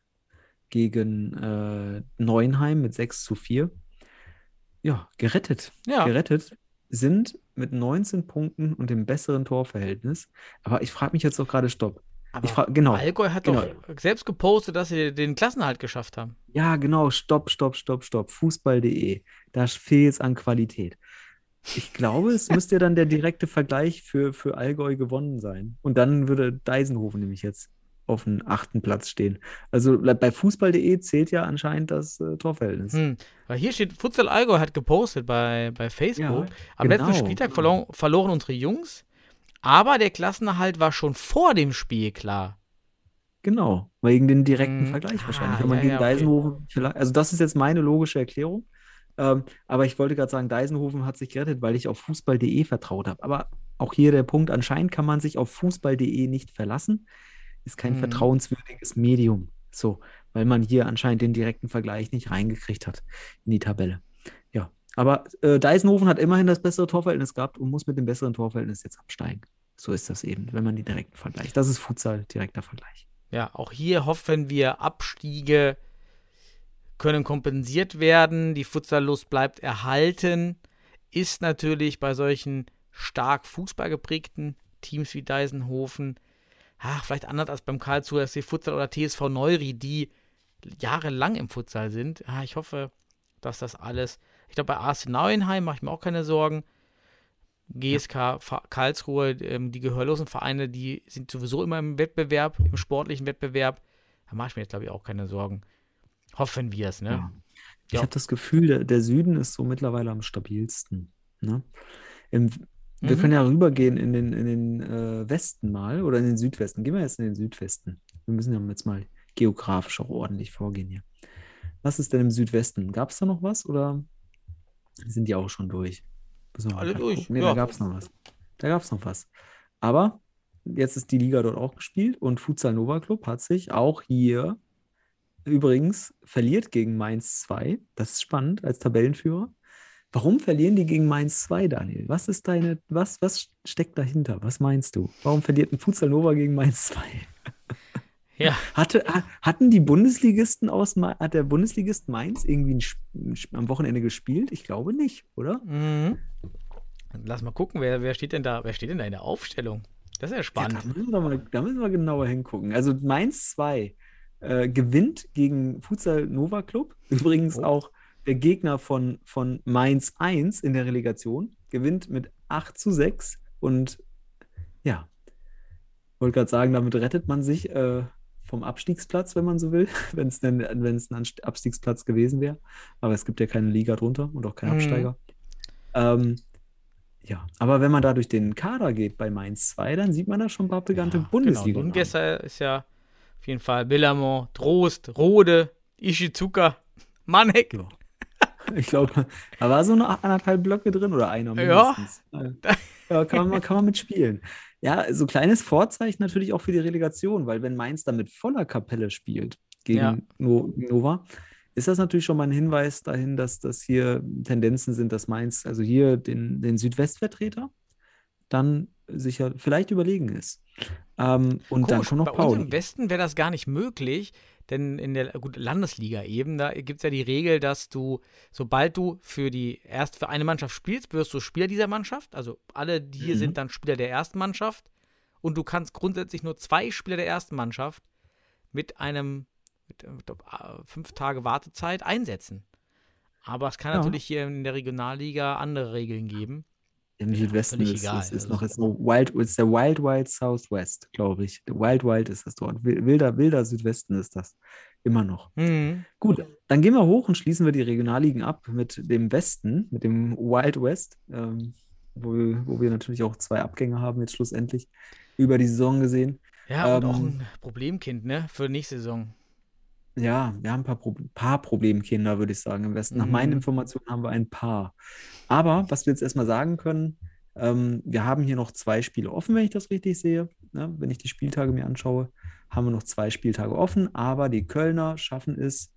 gegen Neuenheim mit 6:4 gerettet. Ja. Gerettet sind mit 19 Punkten und dem besseren Torverhältnis. Aber ich frage mich jetzt doch gerade, stopp. aber Genau. Allgäu hat doch selbst gepostet, dass sie den Klassenerhalt geschafft haben. Ja, genau, stopp. Fußball.de. Da fehlt es an Qualität. Ich glaube, es müsste ja dann der direkte Vergleich für Allgäu gewonnen sein. Und dann würde Deisenhofen nämlich jetzt auf dem 8. Platz stehen. Also bei Fußball.de zählt ja anscheinend das Torverhältnis. Weil hier steht, Futsal Allgäu hat gepostet bei Facebook. Ja, Am letzten genau. Spieltag verloren unsere Jungs, aber der Klassenerhalt war schon vor dem Spiel klar. Genau, wegen den direkten Vergleich wahrscheinlich. Wenn man gegen okay. Deisenhofen vielleicht, also das ist jetzt meine logische Erklärung. Aber ich wollte gerade sagen, Deisenhofen hat sich gerettet, weil ich auf Fußball.de vertraut habe. Aber auch hier der Punkt, anscheinend kann man sich auf Fußball.de nicht verlassen. Ist kein vertrauenswürdiges Medium. So, weil man hier anscheinend den direkten Vergleich nicht reingekriegt hat in die Tabelle. Ja, aber Deisenhofen hat immerhin das bessere Torverhältnis gehabt und muss mit dem besseren Torverhältnis jetzt absteigen. So ist das eben, wenn man die direkten vergleicht. Das ist Futsal, direkter Vergleich. Ja, auch hier hoffen wir, Abstiege können kompensiert werden. Die Futsallust bleibt erhalten. Ist natürlich bei solchen stark Fußball geprägten Teams wie Deisenhofen, vielleicht anders als beim Karlsruher SC Futsal oder TSV Neuri, die jahrelang im Futsal sind. Ich hoffe, dass das alles, ich glaube, bei AS Nauenheim mache ich mir auch keine Sorgen. GSK Karlsruhe, die gehörlosen Vereine, die sind sowieso immer im Wettbewerb, im sportlichen Wettbewerb. Da mache ich mir jetzt, glaube ich, auch keine Sorgen. Hoffen wir es, ne? Ja. Ich Ja. habe das Gefühl, der Süden ist so mittlerweile am stabilsten. Ne? Wir können ja rübergehen in den Westen mal oder in den Südwesten. Gehen wir jetzt in den Südwesten. Wir müssen ja jetzt mal geografisch auch ordentlich vorgehen hier. Was ist denn im Südwesten? Gab es da noch was oder sind die auch schon durch? Müssen wir mal Alle gerade durch, gucken. Nee, ja. da gab es noch was. Da gab es noch was. Aber jetzt ist die Liga dort auch gespielt und Futsal Nova Club hat sich auch hier übrigens verliert gegen Mainz 2. Das ist spannend als Tabellenführer. Warum verlieren die gegen Mainz 2, Daniel? Was steckt dahinter? Was meinst du? Warum verliert ein Futsal Nova gegen Mainz 2? Ja. Hatten die Bundesligisten hat der Bundesligist Mainz irgendwie am Wochenende gespielt? Ich glaube nicht, oder? Mhm. Lass mal gucken, wer steht denn da in der Aufstellung? Das ist ja spannend. Ja, da müssen wir genauer hingucken. Also Mainz 2 gewinnt gegen Futsal Nova Club. Übrigens auch der Gegner von Mainz 1 in der Relegation. Gewinnt mit 8:6. Und ja, wollte gerade sagen, damit rettet man sich vom Abstiegsplatz, wenn man so will, wenn es ein Abstiegsplatz gewesen wäre. Aber es gibt ja keine Liga drunter und auch keinen Absteiger. Ja, aber wenn man da durch den Kader geht bei Mainz 2, dann sieht man da schon ein paar bekannte Bundesliga. Genau. Nungesser ist ja auf jeden Fall Billermont, Drost, Rode, Ishizuka, Manek. Ja. Ich glaube, da war so eine 1,5 Blöcke drin oder einer mindestens. Ja, kann man mitspielen. Ja, so kleines Vorzeichen natürlich auch für die Relegation, weil wenn Mainz dann mit voller Kapelle spielt gegen Nova, ist das natürlich schon mal ein Hinweis dahin, dass das hier Tendenzen sind, dass Mainz, also hier den Südwestvertreter, dann sicher vielleicht überlegen ist. Und Komisch, dann schon noch bei Pauli. uns im Westen wäre das gar nicht möglich, denn in der Landesliga eben, da gibt es ja die Regel, dass du, sobald du für eine Mannschaft spielst, wirst du Spieler dieser Mannschaft. Also alle, die hier sind, dann Spieler der ersten Mannschaft. Und du kannst grundsätzlich nur 2 Spieler der ersten Mannschaft mit 5 Tage Wartezeit einsetzen. Aber es kann natürlich hier in der Regionalliga andere Regeln geben. Im Südwesten völlig ist egal. es noch jetzt so ist der Wild Southwest, glaube ich. Der Wild ist das dort. Wilder Südwesten ist das. Immer noch. Gut, dann gehen wir hoch und schließen wir die Regionalligen ab mit dem Westen, mit dem Wild West, wo wir natürlich auch 2 Abgänge haben, jetzt schlussendlich über die Saison gesehen. Ja, und auch ein Problemkind, ne, für nächste Saison. Ja, wir haben ein paar Problemkinder, würde ich sagen, im Westen. Nach meinen Informationen haben wir ein paar. Aber was wir jetzt erstmal sagen können, wir haben hier noch 2 Spiele offen, wenn ich das richtig sehe. Ne? Wenn ich die Spieltage mir anschaue, haben wir noch 2 Spieltage offen. Aber die Kölner schaffen es,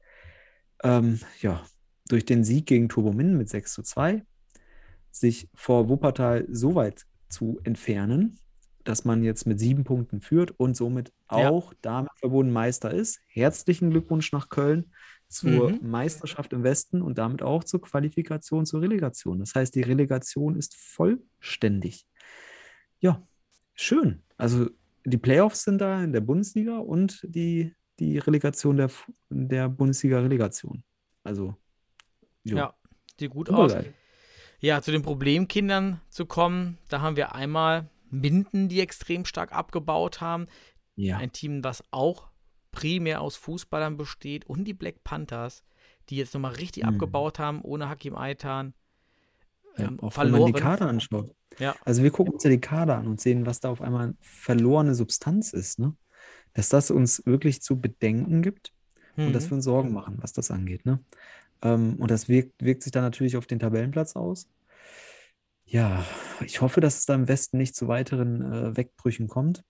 durch den Sieg gegen Turbomin mit 6:2, sich vor Wuppertal so weit zu entfernen, dass man jetzt mit 7 Punkten führt und somit auch damit verbunden Meister ist. Herzlichen Glückwunsch nach Köln zur Meisterschaft im Westen und damit auch zur Qualifikation zur Relegation. Das heißt, die Relegation ist vollständig. Ja, schön. Also die Playoffs sind da in der Bundesliga und die Relegation der Bundesliga-Relegation. Also, ja, sieht gut super aus. geil. Ja, zu den Problemkindern zu kommen, da haben wir einmal Minden, die extrem stark abgebaut haben. Ja. Ein Team, das auch primär aus Fußballern besteht, und die Black Panthers, die jetzt nochmal richtig abgebaut haben, ohne Hakim Aitan. Ja, auch verloren. wenn man die Kader anschaut. Ja. Also wir gucken uns ja die Kader an und sehen, was da auf einmal verlorene Substanz ist, ne? Dass das uns wirklich zu bedenken gibt und dass wir uns Sorgen machen, was das angeht, ne? Und das wirkt sich dann natürlich auf den Tabellenplatz aus. Ja, ich hoffe, dass es da im Westen nicht zu weiteren Wegbrüchen kommt.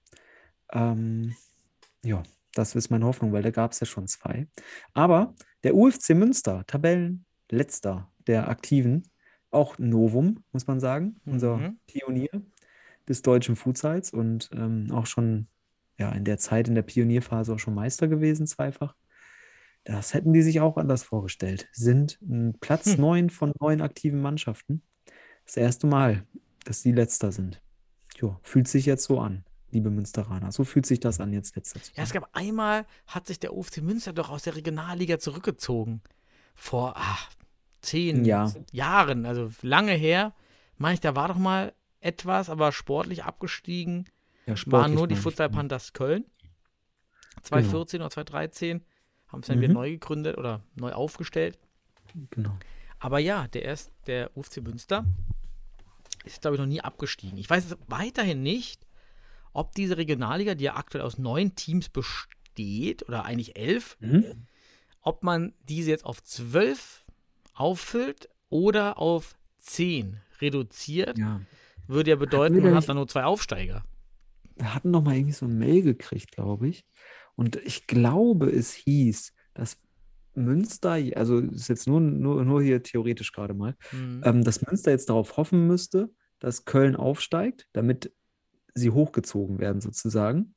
Ja, das ist meine Hoffnung, weil da gab es ja schon 2. Aber der UFC Münster, Tabellenletzter der Aktiven, auch Novum, muss man sagen, unser Pionier des deutschen Futsals und auch schon in der Zeit, in der Pionierphase auch schon Meister gewesen, zweifach. Das hätten die sich auch anders vorgestellt. Sind Platz 9 von 9 aktiven Mannschaften. Das erste Mal, dass die Letzter sind. Jo, fühlt sich jetzt so an. liebe Münsteraner. So fühlt sich das an jetzt letzter Zeit. Ja, es gab einmal, hat sich der UFC Münster doch aus der Regionalliga zurückgezogen. Vor 10 Jahren, also lange her. Meine ich, da war doch mal etwas, aber sportlich abgestiegen. Ja, sportlich Waren nur die meine ich. Futsal Panthers Köln. 2014 oder 2013 haben es dann wieder neu gegründet oder neu aufgestellt. Genau. Aber ja, der UFC Münster ist, glaube ich, noch nie abgestiegen. Ich weiß weiterhin nicht, ob diese Regionalliga, die ja aktuell aus 9 Teams besteht, oder eigentlich 11, ob man diese jetzt auf 12 auffüllt oder auf 10 reduziert. Ja. Würde ja bedeuten, man hat dann nur 2 Aufsteiger. Wir hatten noch mal irgendwie so ein Mail gekriegt, glaube ich. Und ich glaube, es hieß, dass Münster, also ist jetzt nur hier theoretisch gerade mal, dass Münster jetzt darauf hoffen müsste, dass Köln aufsteigt, damit sie hochgezogen werden sozusagen.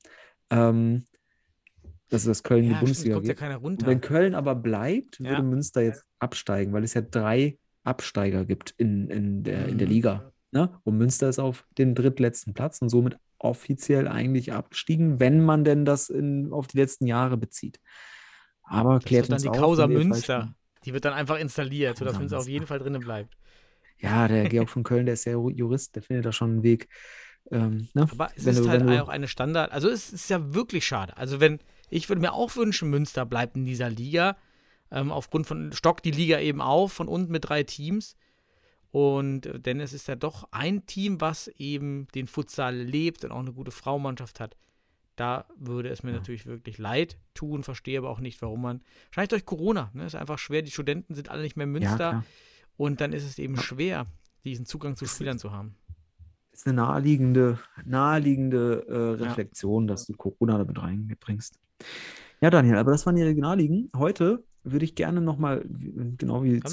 Dass Köln in die Bundesliga kommt ja geht. keiner runter. Und wenn Köln aber bleibt, würde Münster jetzt absteigen, weil es ja 3 Absteiger gibt in der Liga. Ne? Und Münster ist auf dem drittletzten Platz und somit offiziell eigentlich abgestiegen, wenn man denn das auf die letzten Jahre bezieht. Aber klärt uns dann die auf, Causa wenn wir Münster. Die wird dann einfach installiert, sodass Münster auf jeden Fall drinnen bleibt. Ja, der Georg von Köln, der ist ja Jurist, der findet da schon einen Weg. Ne? Aber es ist halt auch eine Standard, also es ist ja wirklich schade. Also ich würde mir auch wünschen, Münster bleibt in dieser Liga. Aufgrund von stockt die Liga eben auf, von unten mit 3 Teams. Denn es ist ja doch ein Team, was eben den Futsal lebt und auch eine gute Frauenmannschaft hat. Da würde es mir natürlich wirklich leid tun, verstehe aber auch nicht, warum man, wahrscheinlich durch Corona, ne, ist einfach schwer, die Studenten sind alle nicht mehr in Münster und dann ist es eben schwer, diesen Zugang zu Spielern zu haben. Das ist eine naheliegende Reflexion, dass du Corona damit reinbringst. Ja, Daniel, aber das waren die Regionalligen. Heute würde ich gerne nochmal, genau wie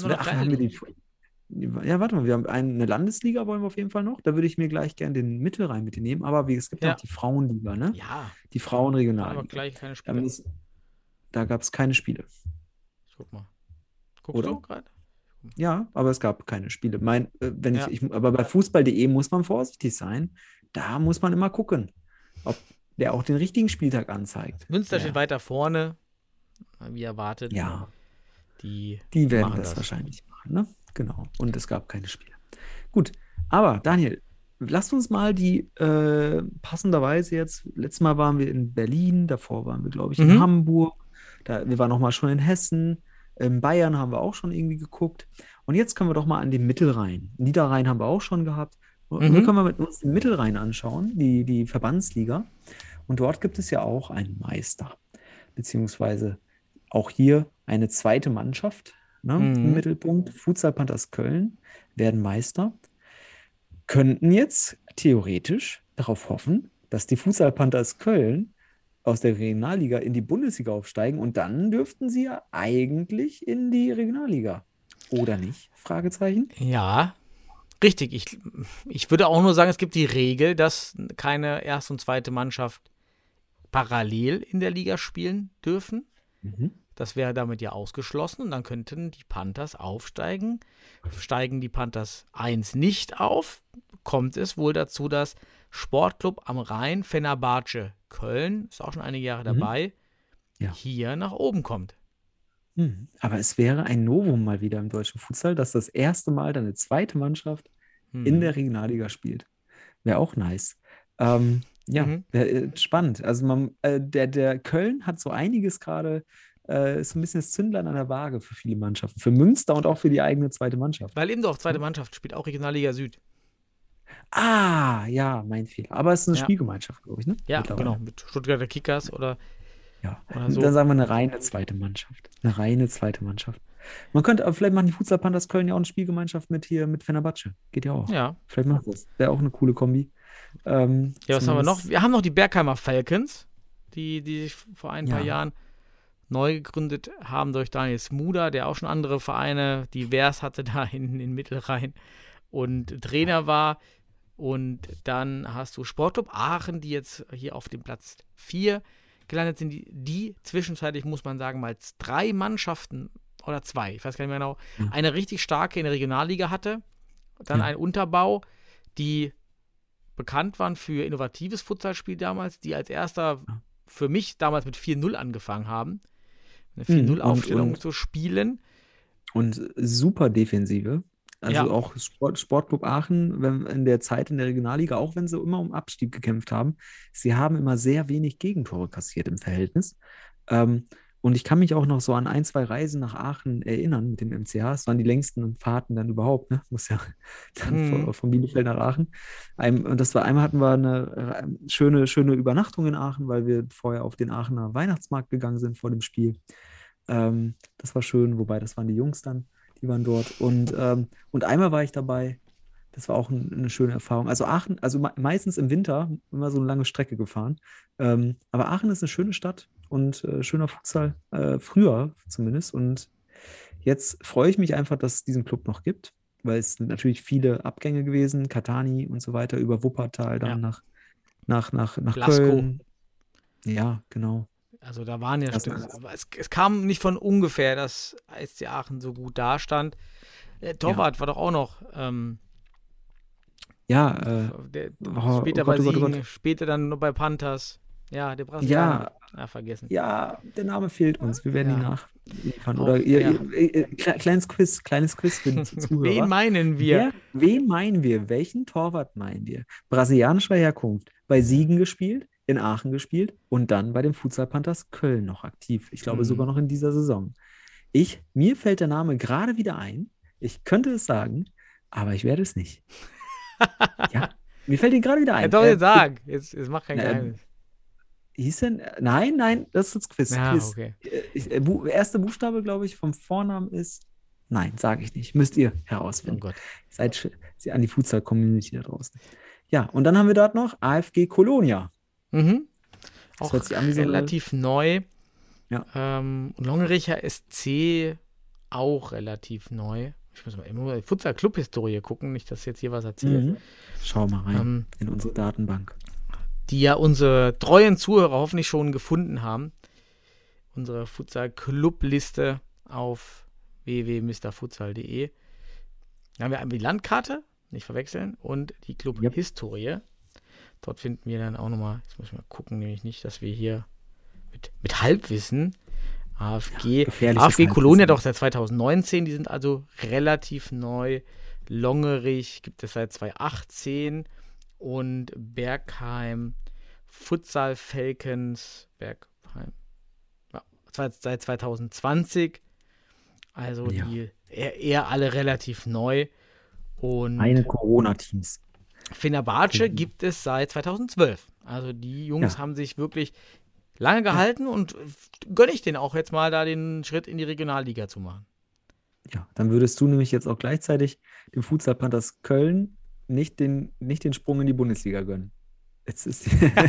warte mal, wir haben eine Landesliga, wollen wir auf jeden Fall noch. Da würde ich mir gleich gerne den Mittelrhein mit nehmen. Aber es gibt noch die Frauenliga, ne? Ja. Die Frauenregionalliga. Aber gleich keine Spiele. Da gab es keine Spiele. Guck mal. Guckst du gerade? Ja, aber es gab keine Spiele. Aber bei Fußball.de muss man vorsichtig sein. Da muss man immer gucken, ob der auch den richtigen Spieltag anzeigt. Münster steht weiter vorne, wie erwartet. Ja. Die werden das wahrscheinlich machen, ne? Genau. Und es gab keine Spiele. Gut, aber Daniel, lasst uns mal die passenderweise jetzt, letztes Mal waren wir in Berlin, davor waren wir, glaube ich, in Hamburg, wir waren noch mal schon in Hessen, in Bayern haben wir auch schon irgendwie geguckt. Und jetzt können wir doch mal an den Mittelrhein. Niederrhein haben wir auch schon gehabt. Und können wir mit uns den Mittelrhein anschauen, die Verbandsliga. Und dort gibt es ja auch einen Meister, beziehungsweise auch hier eine zweite Mannschaft, ne, im Mittelpunkt. Futsal Panthers Köln werden Meister, könnten jetzt theoretisch darauf hoffen, dass die Futsal Panthers Köln aus der Regionalliga in die Bundesliga aufsteigen und dann dürften sie ja eigentlich in die Regionalliga. Oder nicht? Fragezeichen. Ja, richtig. Ich würde auch nur sagen, es gibt die Regel, dass keine erste und zweite Mannschaft parallel in der Liga spielen dürfen. Das wäre damit ja ausgeschlossen und dann könnten die Panthers aufsteigen. Steigen die Panthers 1 nicht auf, kommt es wohl dazu, dass Sportclub am Rhein, Fenerbahce Köln, ist auch schon einige Jahre dabei, hier nach oben kommt. Aber es wäre ein Novum mal wieder im deutschen Futsal, dass das erste Mal dann eine zweite Mannschaft in der Regionalliga spielt. Wäre auch nice. Spannend. Also der Köln hat so einiges gerade, ist so ein bisschen das Zündlein an der Waage für viele Mannschaften. Für Münster und auch für die eigene zweite Mannschaft. Weil eben doch zweite Mannschaft spielt auch Regionalliga Süd. Ah, ja, mein Fehler. Aber es ist eine Spielgemeinschaft, glaube ich, ne? Ja, genau. Mit Stuttgarter Kickers oder so. Dann sagen wir eine reine zweite Mannschaft. Eine reine zweite Mannschaft. Man könnte, vielleicht machen die Futsal Panthers Köln ja auch eine Spielgemeinschaft mit Fenerbahce. Geht ja auch. Ja. Vielleicht macht das. Wäre auch eine coole Kombi. Was haben wir noch? Wir haben noch die Bergheimer Falcons, die sich vor ein paar Jahren neu gegründet haben durch Daniel Smuda, der auch schon andere Vereine divers hatte da in Mittelrhein und Trainer war. Und dann hast du Sportclub Aachen, die jetzt hier auf dem Platz 4 gelandet sind, die zwischenzeitlich, muss man sagen, mal 3 Mannschaften oder 2, ich weiß gar nicht mehr genau, eine richtig starke in der Regionalliga hatte, dann ein Unterbau, die bekannt waren für innovatives Futsalspiel damals, die als erster für mich damals mit 4-0 angefangen haben. Eine 4-0-Aufstellung zu spielen. Und super Defensive. Also Ja. auch Sportclub Aachen, wenn in der Zeit in der Regionalliga, auch wenn sie immer um Abstieg gekämpft haben, sie haben immer sehr wenig Gegentore kassiert im Verhältnis. Und ich kann mich auch noch so an 1, 2 Reisen nach Aachen erinnern mit dem MCH. Es waren die längsten Fahrten dann überhaupt, ne? Muss ja dann von Bielefeld nach Aachen. Und einmal hatten wir eine schöne Übernachtung in Aachen, weil wir vorher auf den Aachener Weihnachtsmarkt gegangen sind vor dem Spiel. Das war schön, wobei das waren die Jungs dann, die waren dort. Und einmal war ich dabei. Das war auch eine schöne Erfahrung. Also Aachen, meistens im Winter immer so eine lange Strecke gefahren. Aber Aachen ist eine schöne Stadt und schöner Futsal, früher zumindest. Und jetzt freue ich mich einfach, dass es diesen Club noch gibt, weil es sind natürlich viele Abgänge gewesen, Katani und so weiter, über Wuppertal dann nach Glasgow. Köln. Ja, genau. Also da waren ja, Das- aber es kam nicht von ungefähr, dass SC Aachen so gut dastand. Der Torwart war doch auch noch später bei oh Gott. Siegen, später dann nur bei Panthers. Ja, der Brasilianer. Vergessen. Ja, der Name fehlt uns. Wir werden ihn nachliefern. Auch, Oder ja. kleines Quiz für die Zuhörer. Wen meinen wir? Wen meinen wir? Welchen Torwart meinen wir? Brasilianischer Herkunft. Bei Siegen gespielt, in Aachen gespielt und dann bei den Futsal Panthers Köln noch aktiv. Ich glaube sogar noch in dieser Saison. Mir fällt der Name gerade wieder ein. Ich könnte es sagen, aber ich werde es nicht. Ja, mir fällt ihn gerade wieder ein. Doch, jetzt sag. Jetzt mach kein Geheimnis. Hieß denn? Nein, das ist das Quiz. Ja, Quiz. okay. Erste Buchstabe, glaube ich, vom Vornamen ist. Nein, sage ich nicht. Müsst ihr Oh herausfinden. Gott. Seid an die Futsal-Community da draußen. Ja, und dann haben wir dort noch AFG Colonia. Mhm. Das Auch hört sich an wie so eine- relativ neu. Ja. Und Longericher SC auch relativ neu. Ich muss mal immer die Futsal-Club-Historie gucken, nicht, dass ich jetzt hier was erzähle. Mhm. Schau mal rein in unsere Datenbank. Die ja unsere treuen Zuhörer hoffentlich schon gefunden haben. Unsere Futsal-Club-Liste auf www.mrfutsal.de. Da haben wir einmal die Landkarte, nicht verwechseln, und die Club-Historie. Dort finden wir dann auch nochmal, jetzt muss ich mal gucken, nämlich nicht, dass wir hier mit Halbwissen AFG Colonia doch seit 2019, die sind also relativ neu. Longerich gibt es seit 2018 und Bergheim, Futsal Falcons, Bergheim, seit 2020. Also die eher alle relativ neu. Und Eine Corona-Teams. Fenerbahce gibt es seit 2012. Also die Jungs haben sich wirklich lange gehalten und gönne ich denen auch jetzt mal da den Schritt in die Regionalliga zu machen. Ja, dann würdest du nämlich jetzt auch gleichzeitig dem Futsal Panthers Köln nicht den Sprung in die Bundesliga gönnen. Jetzt ist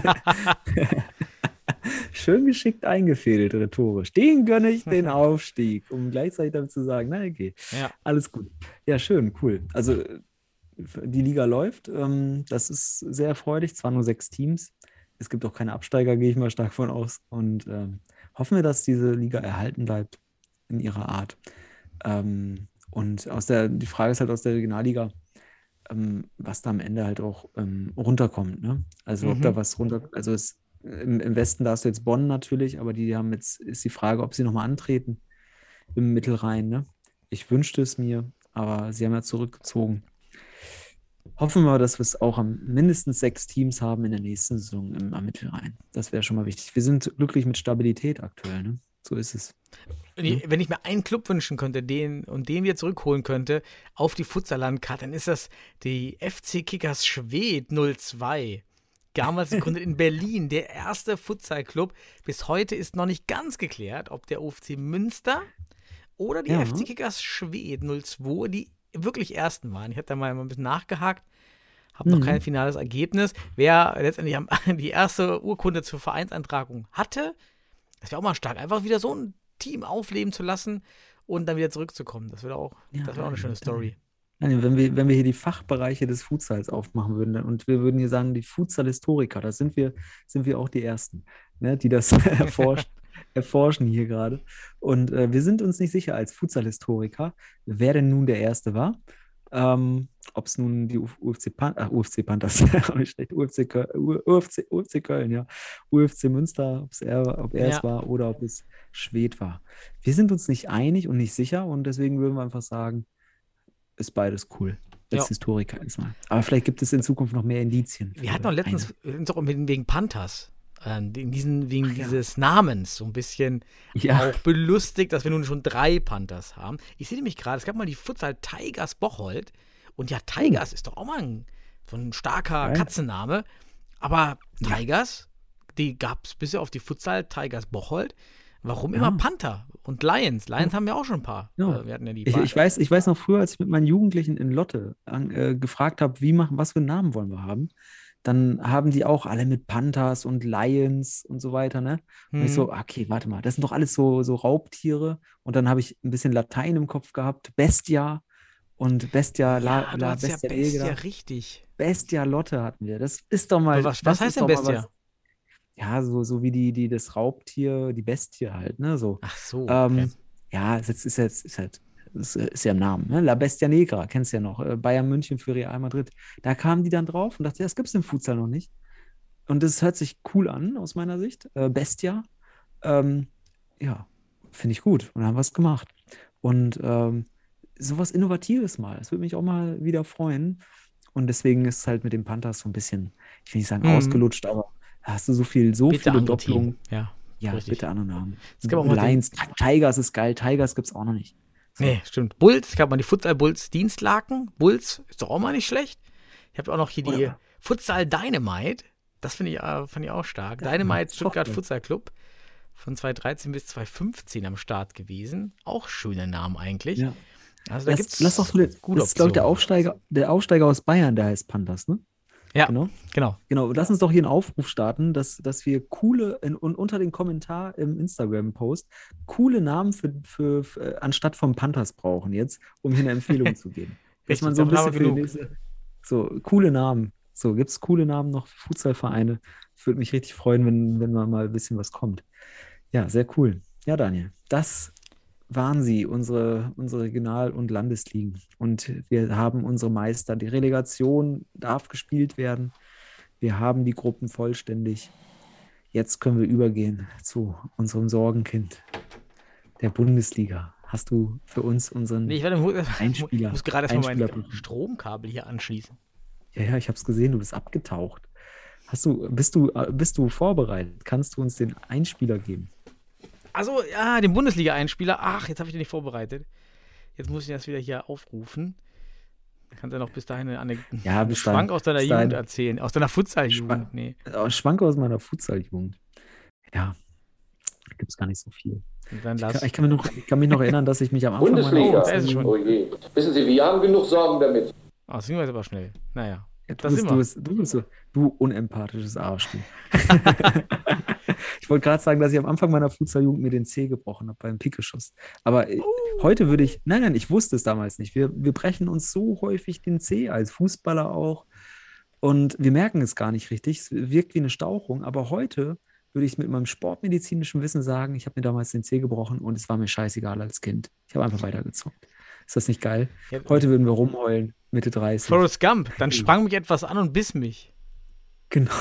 schön geschickt eingefädelt, rhetorisch. Den gönne ich den Aufstieg, um gleichzeitig damit zu sagen, na okay, alles gut. Ja, schön, cool. Also die Liga läuft, das ist sehr erfreulich, zwar nur 6 Teams, es gibt auch keine Absteiger, gehe ich mal stark von aus, und hoffen wir, dass diese Liga erhalten bleibt in ihrer Art. Und die Frage ist halt aus der Regionalliga, was da am Ende halt auch runterkommt, ne? Also ob da was also im Westen, da hast du jetzt Bonn natürlich, aber die haben jetzt, ist die Frage, ob sie nochmal antreten im Mittelrhein, ne? Ich wünschte es mir, aber sie haben ja zurückgezogen. Hoffen wir, dass wir es auch mindestens 6 Teams haben in der nächsten Saison am Mittelrhein. Das wäre schon mal wichtig. Wir sind glücklich mit Stabilität aktuell, ne? So ist es. Wenn ich mir einen Club wünschen könnte, den wir zurückholen könnte auf die Futsallandkarte, dann ist das die FC Kickers Schwedt 02. Damals gegründet in Berlin, der erste Futsal-Club. Bis heute ist noch nicht ganz geklärt, ob der OFC Münster oder die FC Kickers Schwedt 02 die wirklich ersten waren. Ich habe da mal ein bisschen nachgehakt, habe noch kein finales Ergebnis. Wer letztendlich die erste Urkunde zur Vereinsantragung hatte, das wäre auch mal stark, einfach wieder so ein Team aufleben zu lassen und dann wieder zurückzukommen. Das wäre auch eine schöne Story. Nein, wenn wir hier die Fachbereiche des Futsals aufmachen würden und wir würden hier sagen, die Futsal-Historiker, da sind wir auch die Ersten, ne, die das erforschen hier gerade. Und wir sind uns nicht sicher als Futsal-Historiker, wer denn nun der Erste war. Ob es nun die UFC Panthers, auch nicht schlecht, UFC Köln, ja, UFC Münster, ob er Ja. es war oder ob es Schwedt war. Wir sind uns nicht einig und nicht sicher und deswegen würden wir einfach sagen, ist beides cool. Als Ja. Historiker erstmal. Aber vielleicht gibt es in Zukunft noch mehr Indizien. Wir für hatten doch letztens, doch wegen Panthers, wegen Ach ja. dieses Namens so ein bisschen Ja. auch belustigt, dass wir nun schon 3 Panthers haben. Ich sehe nämlich gerade, es gab mal die Futsal Tigers Bocholt. Und ja, Tigers ist doch auch mal so ein starker Geil. Katzenname. Aber Ja. Tigers, die gab es bisher auf die Futsal Tigers Bocholt. Warum Ja. immer Panther und Lions? Lions haben wir auch schon ein paar. Ja. Wir hatten ja die Ich weiß noch früher, als ich mit meinen Jugendlichen in Lotte gefragt habe, was für einen Namen wollen wir haben, dann haben die auch alle mit Panthers und Lions und so weiter, ne? Und ich so, okay, warte mal, das sind doch alles so Raubtiere. Und dann habe ich ein bisschen Latein im Kopf gehabt, Bestia und Bestia, ja, du hast ja Bestia Bestia, Negra. richtig. Bestia Lotte hatten wir. Das ist doch mal. Was das heißt ist denn doch mal Bestia? Ja, so wie die das Raubtier, die Bestie halt, ne? So. Ach so, okay. Ja, ist ja im Namen, ne? La Bestia Negra, kennst du ja noch. Bayern München für Real Madrid. Da kamen die dann drauf und dachte, das gibt's im Futsal noch nicht. Und das hört sich cool an, aus meiner Sicht. Bestia. Ja, finde ich gut. Und dann haben wir es gemacht. Und sowas Innovatives mal. Das würde mich auch mal wieder freuen. Und deswegen ist es halt mit den Panthers so ein bisschen, ich will nicht sagen ausgelutscht, aber da hast du so Bitte viele andere Doppelungen. Team. Ja, Ja, richtig. bitte andere Namen. Es gab auch mal Lions, Tigers ist geil. Tigers gibt es auch noch nicht. So. Nee, stimmt. Bulls, es gab mal die Futsal Bulls Dienstlaken. Bulls ist doch auch mal nicht schlecht. Ich habe auch noch hier die Oder- Futsal Dynamite. Das fand ich auch stark. Ja, Dynamite ist Stuttgart doch gut. Futsal Club. Von 2013 bis 2015 am Start gewesen. Auch schöne Namen eigentlich. Ja. Also da gibt's Lass doch gute das ist, glaube ich, Optionen. der Aufsteiger aus Bayern, der heißt Panthers, ne? Ja, Genau. genau. Lass uns doch hier einen Aufruf starten, dass wir und unter den Kommentar im Instagram-Post coole Namen für anstatt vom Panthers brauchen jetzt, um hier eine Empfehlung zu geben. Dass Richtig, man so ein davon haben bisschen wir für die nächste, so coole Namen. So, gibt es coole Namen noch für Futsalvereine? Würde mich richtig freuen, wenn mal ein bisschen was kommt. Ja, sehr cool. Ja, Daniel, das waren sie, unsere Regional- und Landesligen. Und wir haben unsere Meister. Die Relegation darf gespielt werden. Wir haben die Gruppen vollständig. Jetzt können wir übergehen zu unserem Sorgenkind, der Bundesliga. Hast du für uns unseren Nee, ich Einspieler? muss gerade erstmal mein Einspieler- Stromkabel hier anschließen. Ja, ich habe es gesehen, du bist abgetaucht. Bist du vorbereitet? Kannst du uns den Einspieler geben? Also, ja, den Bundesliga-Einspieler. Ach, jetzt habe ich den nicht vorbereitet. Jetzt muss ich das wieder hier aufrufen. Kannst du noch bis dahin einen Ja, bis Schwank dahin. aus deiner Bis Jugend dahin. erzählen? Aus deiner Futsal-Jugend? Nee. Schwanke aus meiner Futsal-Jugend. Ja, da gibt es gar nicht so viel. Und dann lass. Ich kann mich noch erinnern, dass ich mich am Anfang Bundesliga. da ist es schon. Oh je. Wissen Sie, wir haben genug Sorgen damit. Oh, das ging jetzt aber schnell. Naja. Ja, Das sind wir. du bist so, du unempathisches Arsch. Du. Ich wollte gerade sagen, dass ich am Anfang meiner Futsal-Jugend mir den Zeh gebrochen habe beim Pikeschuss. Aber heute würde ich, nein, ich wusste es damals nicht. Wir brechen uns so häufig den Zeh, als Fußballer auch. Und wir merken es gar nicht richtig. Es wirkt wie eine Stauchung. Aber heute würde ich mit meinem sportmedizinischen Wissen sagen, ich habe mir damals den Zeh gebrochen und es war mir scheißegal als Kind. Ich habe einfach weitergezockt. Ist das nicht geil? Ja, Heute würden wir rumheulen, Mitte 30. Forrest Gump, dann sprang mich etwas an und biss mich. Genau.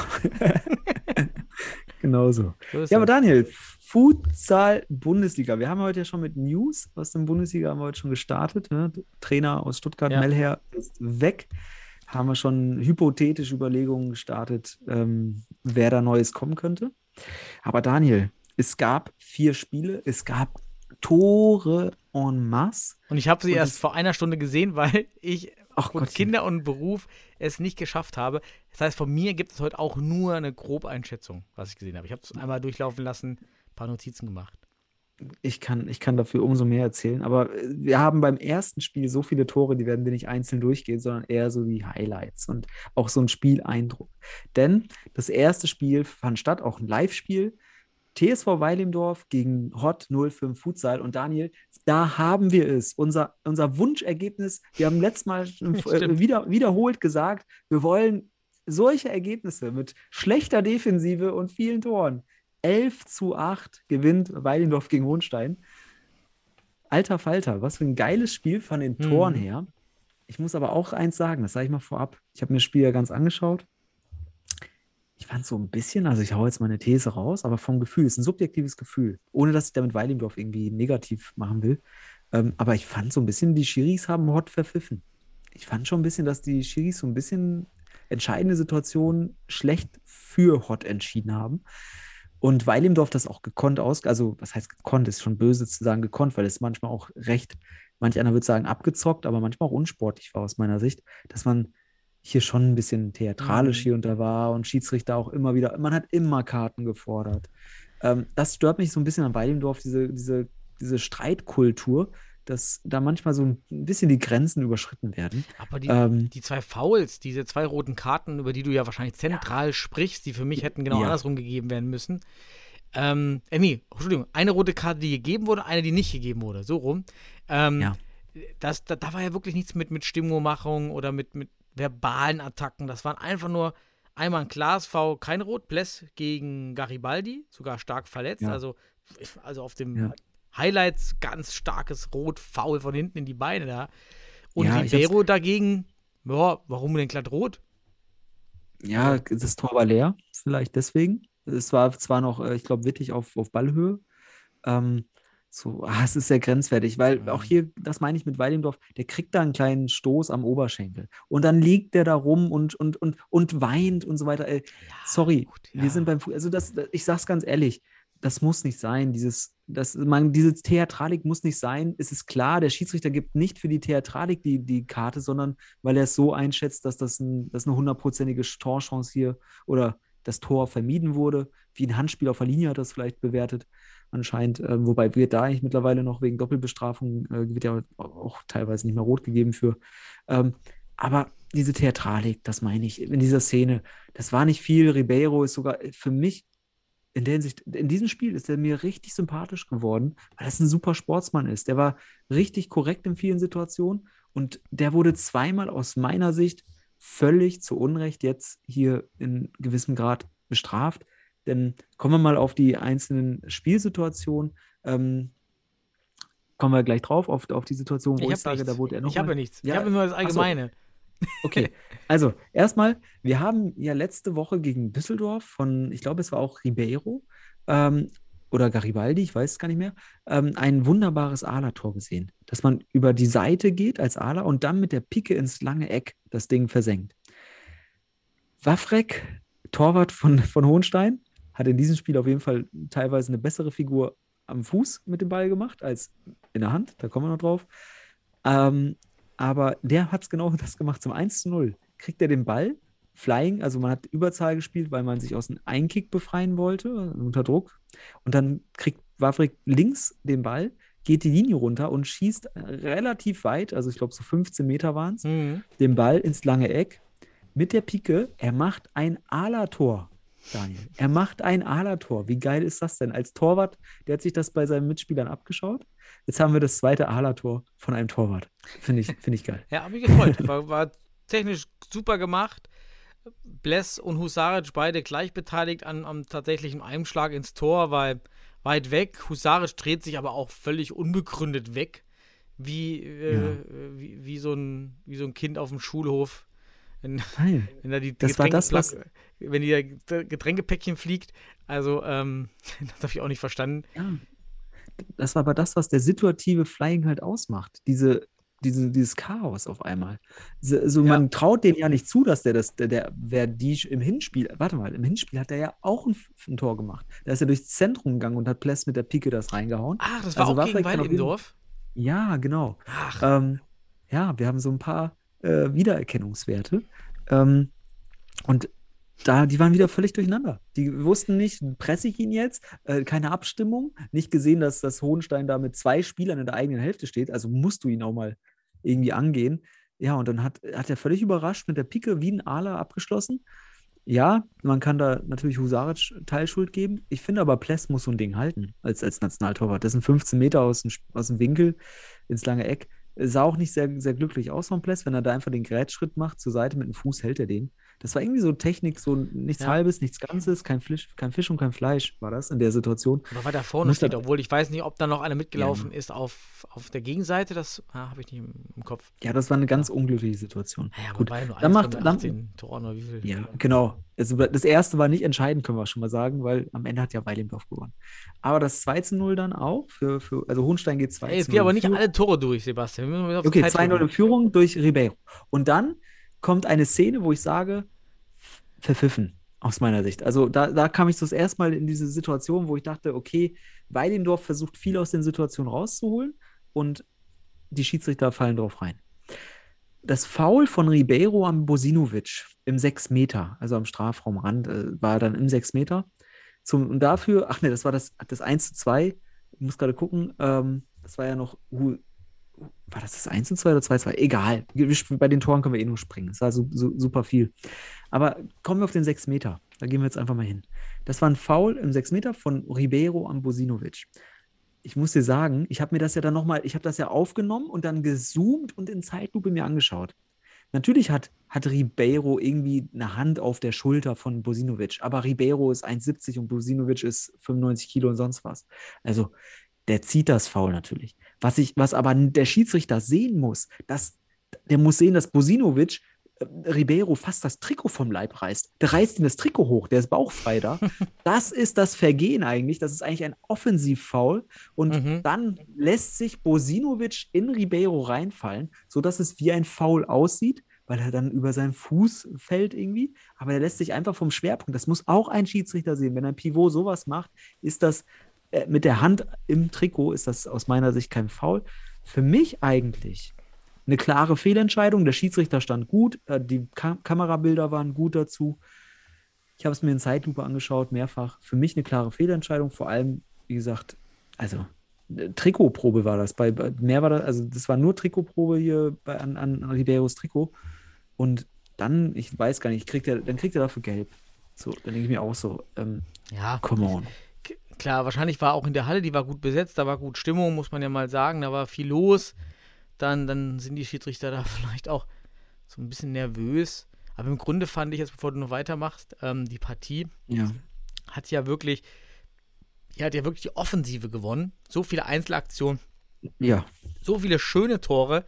Genau so. So ist Ja, aber das. Daniel, Futsal-Bundesliga. Wir haben heute ja schon mit News aus der Bundesliga haben wir heute schon gestartet. Ne? Trainer aus Stuttgart, Ja. Mellherr, ist weg. Haben wir schon hypothetische Überlegungen gestartet, wer da Neues kommen könnte. Aber Daniel, es gab 4 Spiele, es gab Tore en masse. Und ich habe sie Und erst das- vor einer Stunde gesehen, weil ich Ach aufgrund Gottchen. Kinder und Beruf es nicht geschafft habe. Das heißt, von mir gibt es heute auch nur eine Grobeinschätzung, was ich gesehen habe. Ich habe es einmal durchlaufen lassen, ein paar Notizen gemacht. Ich kann dafür umso mehr erzählen, aber wir haben beim ersten Spiel so viele Tore, die werden wir nicht einzeln durchgehen, sondern eher so die Highlights und auch so ein Spieleindruck. Denn das erste Spiel fand statt, auch ein Live-Spiel, TSV Weilimdorf gegen Hot 05 Futsal. Und Daniel, da haben wir es, unser Wunschergebnis. Wir haben letztes Mal Stimmt. wiederholt gesagt, wir wollen solche Ergebnisse mit schlechter Defensive und vielen Toren. 11:8 gewinnt Weilendorf gegen Hohenstein. Alter Falter, was für ein geiles Spiel von den Toren her. Ich muss aber auch eins sagen, das sage ich mal vorab. Ich habe mir das Spiel ja ganz angeschaut. Ich fand so ein bisschen, also ich hau jetzt mal eine These raus, aber vom Gefühl, es ist ein subjektives Gefühl, ohne dass ich damit Weilendorf irgendwie negativ machen will. Aber ich fand so ein bisschen, die Schiris haben Hott verpfiffen. Ich fand schon ein bisschen, dass die Schiris so ein bisschen entscheidende Situationen schlecht für Hott entschieden haben. Und Weilendorf das auch gekonnt also was heißt gekonnt, ist schon böse zu sagen gekonnt, weil es manchmal auch recht, manch einer würde sagen abgezockt, aber manchmal auch unsportlich war aus meiner Sicht, dass man hier schon ein bisschen theatralisch hier und da war und Schiedsrichter auch immer wieder, man hat immer Karten gefordert. Das stört mich so ein bisschen an Weilendorf, diese Streitkultur, dass da manchmal so ein bisschen die Grenzen überschritten werden. Aber die 2 Fouls, diese 2 roten Karten, über die du ja wahrscheinlich zentral sprichst, die für mich hätten genau andersrum gegeben werden müssen. Nee, Entschuldigung, eine rote Karte, die gegeben wurde, eine, die nicht gegeben wurde, so rum. Da war ja wirklich nichts mit Stimmungsmachung oder mit verbalen Attacken. Das waren einfach nur einmal ein klares Foul, kein Rot, Bless gegen Garibaldi, sogar stark verletzt. Ja. Also auf dem Highlights ganz starkes Rot, Foul von hinten in die Beine da. Und Ribeiro dagegen, warum denn glatt rot? Ja, das Tor war leer, vielleicht deswegen. Es war zwar noch, ich glaube, Wittig auf Ballhöhe. Es ist sehr grenzwertig, weil auch hier, das meine ich mit Weilendorf, der kriegt da einen kleinen Stoß am Oberschenkel und dann liegt der da rum und weint und so weiter. Sorry, wir sind beim also ich sag's ganz ehrlich, das muss nicht sein, diese Theatralik muss nicht sein. Es ist klar, der Schiedsrichter gibt nicht für die Theatralik die Karte, sondern weil er es so einschätzt, dass das eine 100%ige Torchance hier oder das Tor vermieden wurde, wie ein Handspiel auf der Linie hat das vielleicht bewertet. Anscheinend, wobei wird da eigentlich mittlerweile noch wegen Doppelbestrafung, wird ja auch teilweise nicht mehr rot gegeben für. Aber diese Theatralik, das meine ich, in dieser Szene, das war nicht viel. Ribeiro ist sogar für mich in der Hinsicht, in diesem Spiel ist er mir richtig sympathisch geworden, weil das ein super Sportsmann ist. Der war richtig korrekt in vielen Situationen und der wurde zweimal aus meiner Sicht völlig zu Unrecht jetzt hier in gewissem Grad bestraft. Denn kommen wir mal auf die einzelnen Spielsituationen. Kommen wir gleich drauf, auf die Situation, wo ich sage, da wurde er noch. Ich habe ja nichts. Ich habe nur das Allgemeine. Okay, also erstmal, wir haben ja letzte Woche gegen Düsseldorf ich glaube, es war auch Ribeiro oder Garibaldi, ich weiß es gar nicht mehr, ein wunderbares Ala-Tor gesehen, dass man über die Seite geht als Ala und dann mit der Pike ins lange Eck das Ding versenkt. Wawrek, Torwart von Hohenstein, hat in diesem Spiel auf jeden Fall teilweise eine bessere Figur am Fuß mit dem Ball gemacht als in der Hand, da kommen wir noch drauf. Aber der hat genau das gemacht, zum 1:0. Kriegt er den Ball, Flying, also man hat Überzahl gespielt, weil man sich aus einem Einkick befreien wollte, unter Druck. Und dann kriegt Wawrek links den Ball, geht die Linie runter und schießt relativ weit, also ich glaube so 15 Meter waren es, den Ball ins lange Eck mit der Pike. Er macht ein Ala-Tor, Daniel. Er macht ein Ala-Tor. Wie geil ist das denn? Als Torwart, der hat sich das bei seinen Mitspielern abgeschaut. Jetzt haben wir das zweite Ala-Tor von einem Torwart. Finde ich geil. Ja, habe mich gefreut. War technisch super gemacht. Bless und Husaric beide gleich beteiligt am tatsächlichen Einschlag ins Tor, weil weit weg. Husaric dreht sich aber auch völlig unbegründet weg, wie so ein Kind auf dem Schulhof. Wenn da die Getränkepäckchen fliegt. Also, das habe ich auch nicht verstanden. Ja, das war aber das, was der situative Flying halt ausmacht. Dieses Chaos auf einmal. Man traut denen ja nicht zu, dass im Hinspiel hat er ja auch ein Tor gemacht. Da ist er durchs Zentrum gegangen und hat Pless mit der Pike das reingehauen. Ach, das war also auch gegen Weilendorf? Ja, genau. Ach. Wir haben so ein paar Wiedererkennungswerte. Und die waren wieder völlig durcheinander. Die wussten nicht, presse ich ihn jetzt? Keine Abstimmung. Nicht gesehen, dass das Hohenstein da mit 2 Spielern in der eigenen Hälfte steht. Also musst du ihn auch mal irgendwie angehen. Ja, und dann hat er völlig überrascht mit der Pike wie ein Ala abgeschlossen. Ja, man kann da natürlich Husaric Teilschuld geben. Ich finde aber, Pless muss so ein Ding halten als Nationaltorwart. Das sind 15 Meter aus dem Winkel ins lange Eck. Sah auch nicht sehr, sehr glücklich aus von Pless. Wenn er da einfach den Grätschritt macht zur Seite mit dem Fuß, hält er den. Das war irgendwie so Technik, so nichts Ja. Halbes, nichts Ganzes, kein Fisch und kein Fleisch war das in der Situation. Aber weil da vorne Muss steht, da- obwohl ich weiß nicht, ob da noch einer mitgelaufen ist auf der Gegenseite, das habe ich nicht im Kopf. Ja, das war eine ganz unglückliche Situation. Naja, aber Gut, war ja nur dann eins von macht, 18 Toren oder wie viel? ja, genau. Das erste war nicht entscheidend, können wir schon mal sagen, weil am Ende hat ja Weilendorf gewonnen. Aber das 2:0 dann auch also Hohenstein geht 2:0 Ey, jetzt geh aber in nicht Führung. alle Tore durch, Sebastian. Wir müssen auf die Okay, Zeit 2:0 drücken. in Führung durch Ribeiro. Und dann kommt eine Szene, wo ich sage, verpfiffen, aus meiner Sicht. Also da kam ich so das erste Mal in diese Situation, wo ich dachte, okay, Weilendorf versucht viel aus den Situationen rauszuholen und die Schiedsrichter fallen drauf rein. Das Foul von Ribeiro am Bosinovic im 6 Meter, also am Strafraumrand, war dann im 6 Meter. Und dafür, ach ne, das war das 1:2. Ich muss gerade gucken, das war ja noch, war das 1:2 oder 2:2? Egal. Bei den Toren können wir eh nur springen. Das war super viel. Aber kommen wir auf den 6 Meter. Da gehen wir jetzt einfach mal hin. Das war ein Foul im 6 Meter von Ribeiro am Bosinovic. Ich muss dir sagen, ich habe mir das ja dann nochmal, ich habe das ja aufgenommen und dann gezoomt und in Zeitlupe mir angeschaut. Natürlich hat Ribeiro irgendwie eine Hand auf der Schulter von Bosinovic, aber Ribeiro ist 1,70 und Bosinovic ist 95 Kilo und sonst was. Also der zieht das Foul natürlich. Was aber der Schiedsrichter sehen muss, der muss sehen, dass Bosinovic Ribeiro fast das Trikot vom Leib reißt. Der reißt ihm das Trikot hoch, der ist bauchfrei da. Das ist das Vergehen eigentlich. Das ist eigentlich ein Offensivfoul. Und dann lässt sich Bosinovic in Ribeiro reinfallen, sodass es wie ein Foul aussieht, weil er dann über seinen Fuß fällt irgendwie. Aber er lässt sich einfach vom Schwerpunkt. Das muss auch ein Schiedsrichter sehen. Wenn ein Pivot sowas macht, ist das mit der Hand im Trikot, ist das aus meiner Sicht kein Foul. Für mich eigentlich eine klare Fehlentscheidung. Der Schiedsrichter stand gut, die Kamerabilder waren gut dazu. Ich habe es mir in Zeitlupe angeschaut, mehrfach. Für mich eine klare Fehlentscheidung, vor allem, wie gesagt, also Trikotprobe war das. Mehr war das, also das war nur Trikotprobe hier an Ribeiros Trikot. Und dann, ich weiß gar nicht, dann kriegt er dafür gelb. So, dann denke ich mir auch so, Ja, come on. klar, wahrscheinlich war auch in der Halle, die war gut besetzt, da war gut Stimmung, muss man ja mal sagen, da war viel los. Dann sind die Schiedsrichter da vielleicht auch so ein bisschen nervös. Aber im Grunde fand ich jetzt, bevor du noch weitermachst, die Partie hat ja wirklich die Offensive gewonnen. So viele Einzelaktionen, Ja, so viele schöne Tore.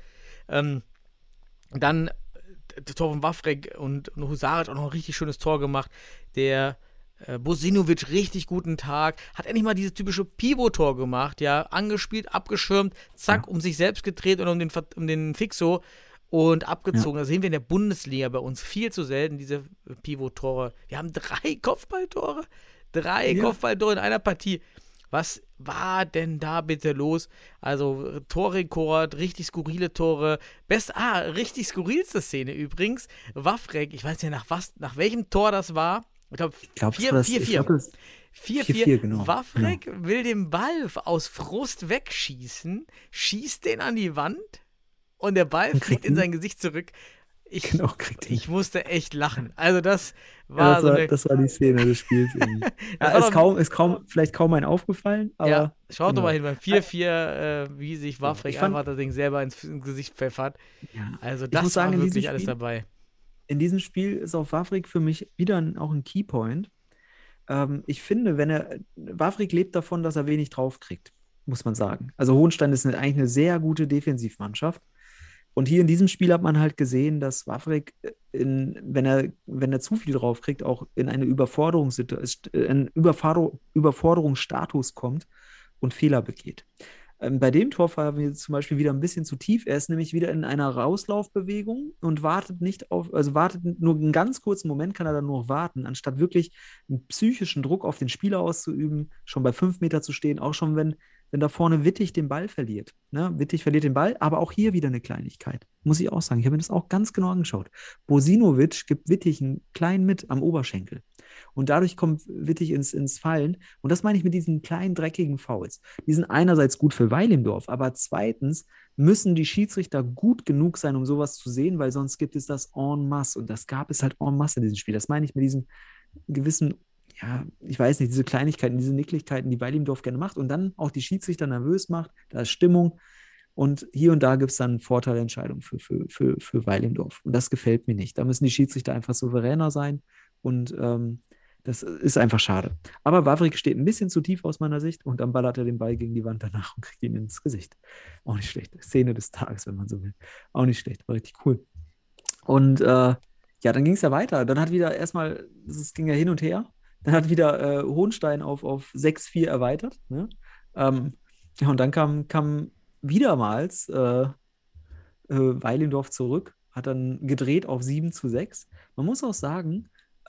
Dann das Tor von Wawrek und Husaric auch noch ein richtig schönes Tor gemacht. Der Bosinovic, richtig guten Tag, hat endlich mal dieses typische Pivot-Tor gemacht, ja, angespielt, abgeschirmt, zack, um sich selbst gedreht und um den Fixo und abgezogen. Das sehen wir in der Bundesliga bei uns viel zu selten, diese Pivot-Tore. Wir haben 3 Kopfballtore, 3 Kopfballtore in einer Partie. Was war denn da bitte los? Also Torrekord, richtig skurrile Tore. Richtig skurrilste Szene übrigens. Wawrek, ich weiß nicht nach welchem Tor das war. Ich glaube, 4-4. 4-4, genau. Wawrek will den Ball aus Frust wegschießen, schießt den an die Wand und der Ball fliegt in sein Gesicht zurück. Ich musste echt lachen. Also das war das war die Szene des Spiels. Ist vielleicht kaum ein aufgefallen, aber ja, schaut doch mal hin, beim 4-4, wie sich Wawrek einfach das Ding selber ins Gesicht pfeffert. Ja. Also das war wirklich alles dabei. In diesem Spiel ist auch Wawrek für mich wieder auch ein Keypoint. Ich finde, Wawrek lebt davon, dass er wenig draufkriegt, muss man sagen. Also Hohenstein ist eigentlich eine sehr gute Defensivmannschaft. Und hier in diesem Spiel hat man halt gesehen, dass Wawrek, wenn er zu viel draufkriegt, auch in eine Überforderungsstatus kommt und Fehler begeht. Bei dem Tor war mir zum Beispiel wieder ein bisschen zu tief. Er ist nämlich wieder in einer Rauslaufbewegung und wartet nur einen ganz kurzen Moment, kann er dann nur warten, anstatt wirklich einen psychischen Druck auf den Spieler auszuüben, schon bei 5 Meter zu stehen, auch schon wenn da vorne Wittig den Ball verliert. Ne? Wittig verliert den Ball, aber auch hier wieder eine Kleinigkeit. Muss ich auch sagen. Ich habe mir das auch ganz genau angeschaut. Bosinovic gibt Wittig einen kleinen mit am Oberschenkel. Und dadurch kommt Wittig ins Fallen. Und das meine ich mit diesen kleinen, dreckigen Fouls. Die sind einerseits gut für Weilendorf, aber zweitens müssen die Schiedsrichter gut genug sein, um sowas zu sehen, weil sonst gibt es das en masse. Und das gab es halt en masse in diesem Spiel. Das meine ich mit diesen gewissen, ja, ich weiß nicht, diese Kleinigkeiten, diese Nicklichkeiten, die Weilendorf gerne macht und dann auch die Schiedsrichter nervös macht. Da ist Stimmung. Und hier und da gibt es dann Vorteilentscheidungen für Weilendorf. Und das gefällt mir nicht. Da müssen die Schiedsrichter einfach souveräner sein. Und das ist einfach schade. Aber Wawrik steht ein bisschen zu tief aus meiner Sicht und dann ballert er den Ball gegen die Wand danach und kriegt ihn ins Gesicht. Auch nicht schlecht. Szene des Tages, wenn man so will. Auch nicht schlecht. War richtig cool. Und ja, dann ging es ja weiter. Dann hat wieder erstmal, es ging ja hin und her. Dann hat wieder Hohenstein auf 6-4 erweitert. Ne? Ja, und dann kam wiedermals Weilendorf zurück, hat dann gedreht auf 7-6. Man muss auch sagen,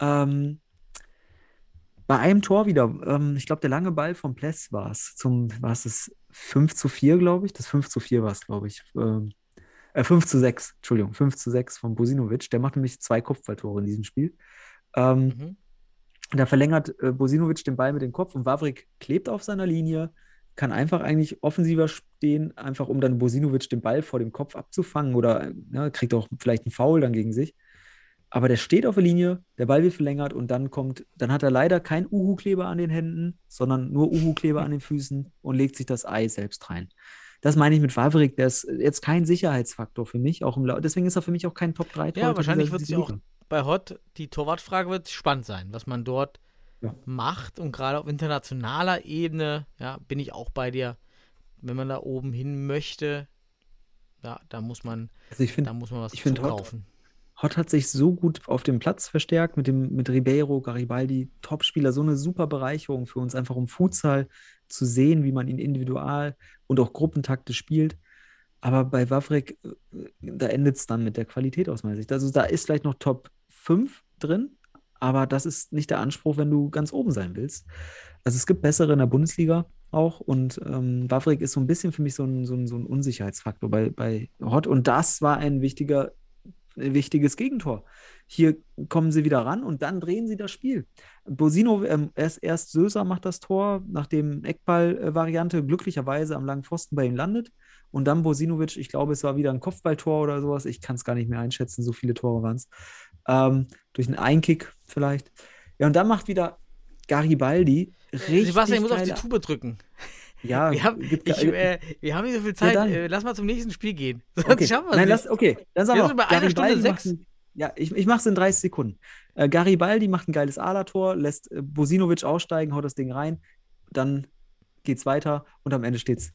bei einem Tor wieder, ich glaube, der lange Ball vom Pless war es. War es das 5-4, glaube ich? Das 5-4 war es, glaube ich. 5-6, Entschuldigung, 5-6 von Bosinovic. Der macht nämlich 2 Kopfballtore in diesem Spiel. Da verlängert Bosinovic den Ball mit dem Kopf und Wawrik klebt auf seiner Linie, kann einfach eigentlich offensiver stehen, einfach um dann Bosinovic den Ball vor dem Kopf abzufangen oder kriegt auch vielleicht einen Foul dann gegen sich. Aber der steht auf der Linie, der Ball wird verlängert und dann hat er leider kein Uhu-Kleber an den Händen, sondern nur Uhu-Kleber an den Füßen und legt sich das Ei selbst rein. Das meine ich mit Wawrik, der ist jetzt kein Sicherheitsfaktor für mich, deswegen ist er für mich auch kein Top-3-Torhüter. Ja, wahrscheinlich wird es ja auch bei Hott, die Torwartfrage wird spannend sein, was man dort macht und gerade auf internationaler Ebene, ja, bin ich auch bei dir, wenn man da oben hin möchte, ja, da muss man was kaufen. Hott hat sich so gut auf dem Platz verstärkt mit Ribeiro, Garibaldi, Topspieler, so eine super Bereicherung für uns, einfach um Futsal zu sehen, wie man ihn individual und auch gruppentaktisch spielt. Aber bei Wawrik, da endet es dann mit der Qualität aus meiner Sicht. Also da ist vielleicht noch Top 5 drin, aber das ist nicht der Anspruch, wenn du ganz oben sein willst. Also es gibt bessere in der Bundesliga auch und Wawrik ist so ein bisschen für mich so ein Unsicherheitsfaktor bei Hott und das war ein wichtiges Gegentor. Hier kommen sie wieder ran und dann drehen sie das Spiel. Bosino, erst Söser macht das Tor, nachdem Eckball-Variante glücklicherweise am langen Pfosten bei ihm landet. Und dann Bosinovic, ich glaube, es war wieder ein Kopfballtor oder sowas. Ich kann es gar nicht mehr einschätzen, so viele Tore waren es. Durch einen Einkick vielleicht. Ja, und dann macht wieder Garibaldi richtig Sebastian, ich muss auf die Tube drücken. Ja, wir haben nicht so viel Zeit. Ja, lass mal zum nächsten Spiel gehen. Sonst okay. schaffen wir es nicht. Dann sagen wir sind bei 1 Stunde 6. Ich mache es in 30 Sekunden. Garibaldi macht ein geiles Ala-Tor, lässt Bosinovic aussteigen, haut das Ding rein, dann geht's weiter und am Ende steht's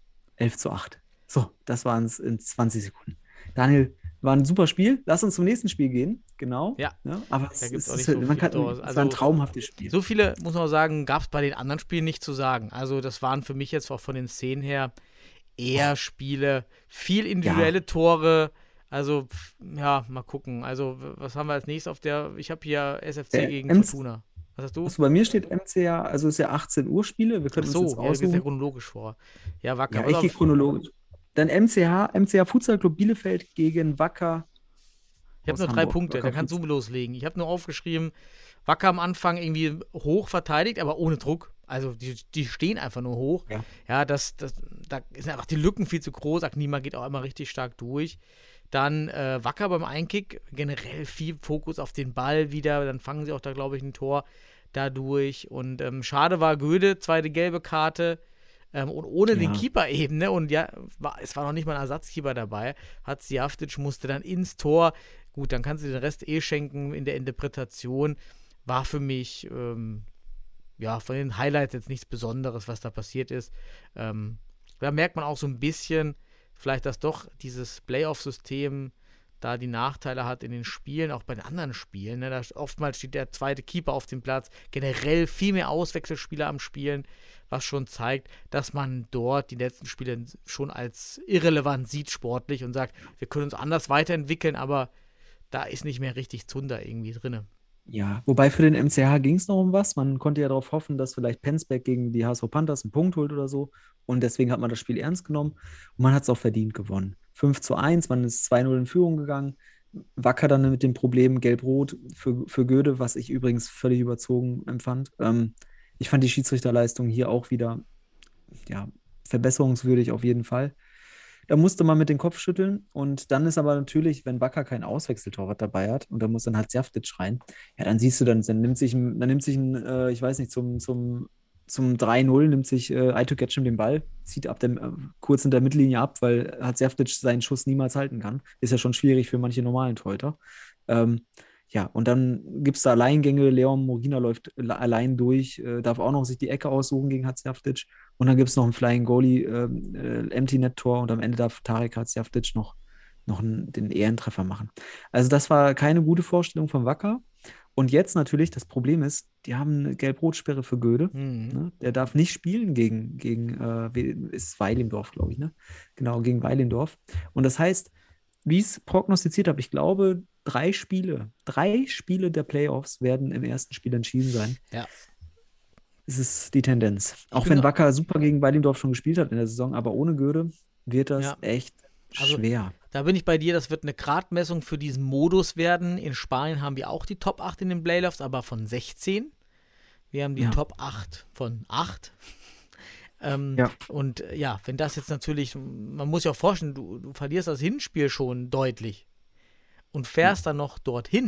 11-8. So, das waren es in 20 Sekunden. Daniel, war ein super Spiel. Lass uns zum nächsten Spiel gehen. Genau. Ja. Aber es ist war ein traumhaftes Spiel. So viele, muss man auch sagen, gab es bei den anderen Spielen nicht zu sagen. Also das waren für mich jetzt auch von den Szenen her eher Spiele, viel individuelle Tore. Also, ja, mal gucken. Also, was haben wir als nächstes ich habe hier SFC gegen Fortuna. Was hast du? Bei mir steht MCA, also ist ja 18 Uhr Spiele. Wir können uns jetzt aussuchen. Das geht ja chronologisch vor. Ja, Wacker. Ja, ich gehe chronologisch. Dann MCA Futsal Club Bielefeld gegen Wacker. Ich habe nur 3 Punkte, da kannst du loslegen. Ich habe nur aufgeschrieben, Wacker am Anfang irgendwie hoch verteidigt, aber ohne Druck. Also die stehen einfach nur hoch. Ja, da sind einfach die Lücken viel zu groß. Agnima geht auch immer richtig stark durch. Dann Wacker beim Einkick, generell viel Fokus auf den Ball wieder. Dann fangen sie auch da, glaube ich, ein Tor dadurch. Und schade war Göde, 2. gelbe Karte. Und ohne den Keeper eben, ne? Und ja, es war noch nicht mal ein Ersatzkeeper dabei. Hatzjaftic musste dann ins Tor. Gut, dann kannst du den Rest schenken in der Interpretation. War für mich, von den Highlights jetzt nichts Besonderes, was da passiert ist. Da merkt man auch so ein bisschen, vielleicht, dass doch dieses Playoff-System da die Nachteile hat in den Spielen, auch bei den anderen Spielen. Ne? Da oftmals steht der 2. Keeper auf dem Platz, generell viel mehr Auswechselspieler am Spielen, was schon zeigt, dass man dort die letzten Spiele schon als irrelevant sieht sportlich und sagt, wir können uns anders weiterentwickeln, aber da ist nicht mehr richtig Zunder irgendwie drin. Ja, wobei für den MCH ging es noch um was. Man konnte ja darauf hoffen, dass vielleicht Penzberg gegen die HSV Panthers einen Punkt holt oder so. Und deswegen hat man das Spiel ernst genommen. Und man hat es auch verdient gewonnen. 5-1, man ist 2-0 in Führung gegangen. Wacker dann mit dem Problem Gelb-Rot für Göde, was ich übrigens völlig überzogen empfand. Ich fand die Schiedsrichterleistung hier auch wieder verbesserungswürdig auf jeden Fall. Da musste man mit dem Kopf schütteln und dann ist aber natürlich, wenn Wacker kein Auswechseltorwart dabei hat und da muss dann Hatzjaftic rein, ja, dann siehst du, dann nimmt sich ein, ich weiß nicht, zum zum 3-0 nimmt sich Aytuk Getschim den Ball, zieht kurz in der Mittellinie ab, weil Hadziavdic seinen Schuss niemals halten kann. Ist ja schon schwierig für manche normalen Torhüter. Ja, und dann gibt es da Alleingänge. Leon Morina läuft allein durch, darf auch noch sich die Ecke aussuchen gegen Hadziavdic. Und dann gibt es noch einen Flying Goalie, Empty-Net-Tor, und am Ende darf Tarek Hadziavdic noch den Ehrentreffer machen. Also das war keine gute Vorstellung von Wacker. Und jetzt natürlich, das Problem ist, die haben eine Gelb-Rot-Sperre für Göde. Ne? Der darf nicht spielen gegen ist Weilimdorf, glaube ich, ne? Genau, gegen Weilimdorf. Und das heißt, wie ich es prognostiziert habe, ich glaube, 3 Spiele der Playoffs werden im ersten Spiel entschieden sein. Ja. Das ist die Tendenz. Auch wenn Wacker super gegen Weilimdorf schon gespielt hat in der Saison, aber ohne Göde wird das echt schwer. Da bin ich bei dir, das wird eine Gradmessung für diesen Modus werden. In Spanien haben wir auch die Top 8 in den Playoffs, aber von 16. Wir haben die Top 8 von 8. Und wenn das jetzt natürlich, man muss ja auch vorstellen, du verlierst das Hinspiel schon deutlich und fährst dann noch dorthin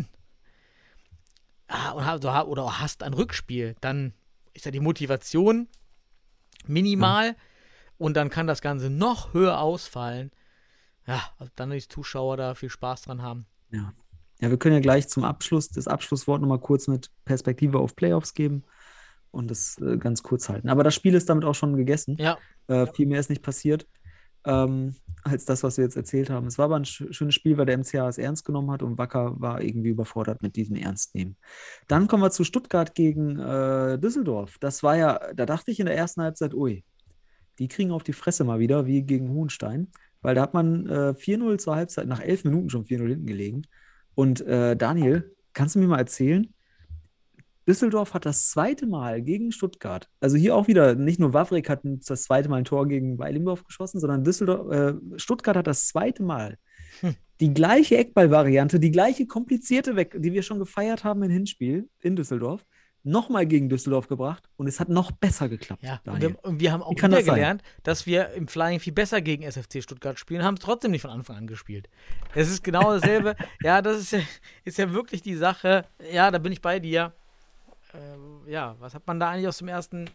oder hast ein Rückspiel, dann ist ja die Motivation minimal und dann kann das Ganze noch höher ausfallen. Ja, also dann die Zuschauer da viel Spaß dran haben. Ja, wir können ja gleich zum Abschluss das Abschlusswort nochmal kurz mit Perspektive auf Playoffs geben und das ganz kurz halten. Aber das Spiel ist damit auch schon gegessen. Ja. Viel mehr ist nicht passiert als das, was wir jetzt erzählt haben. Es war aber ein schönes Spiel, weil der MCA es ernst genommen hat und Wacker war irgendwie überfordert mit diesem Ernstnehmen. Dann kommen wir zu Stuttgart gegen Düsseldorf. Das war ja, da dachte ich in der ersten Halbzeit, ui, die kriegen auf die Fresse mal wieder, wie gegen Hohenstein. Weil da hat man 4-0 zur Halbzeit, nach 11 Minuten schon 4-0 hinten gelegen. Und Daniel, kannst du mir mal erzählen, Düsseldorf hat das zweite Mal gegen Stuttgart, also hier auch wieder, nicht nur Wawrik hat das zweite Mal ein Tor gegen Weilimdorf geschossen, sondern Stuttgart hat das zweite Mal die gleiche Eckball-Variante, die gleiche komplizierte die wir schon gefeiert haben im Hinspiel in Düsseldorf, nochmal gegen Düsseldorf gebracht und es hat noch besser geklappt. Ja, und wir haben auch wieder gelernt, dass wir im Flying viel besser gegen SFC Stuttgart spielen, haben es trotzdem nicht von Anfang an gespielt. Es ist genau dasselbe. Ja, das ist ja wirklich die Sache. Ja, da bin ich bei dir. Was hat man da eigentlich aus der ersten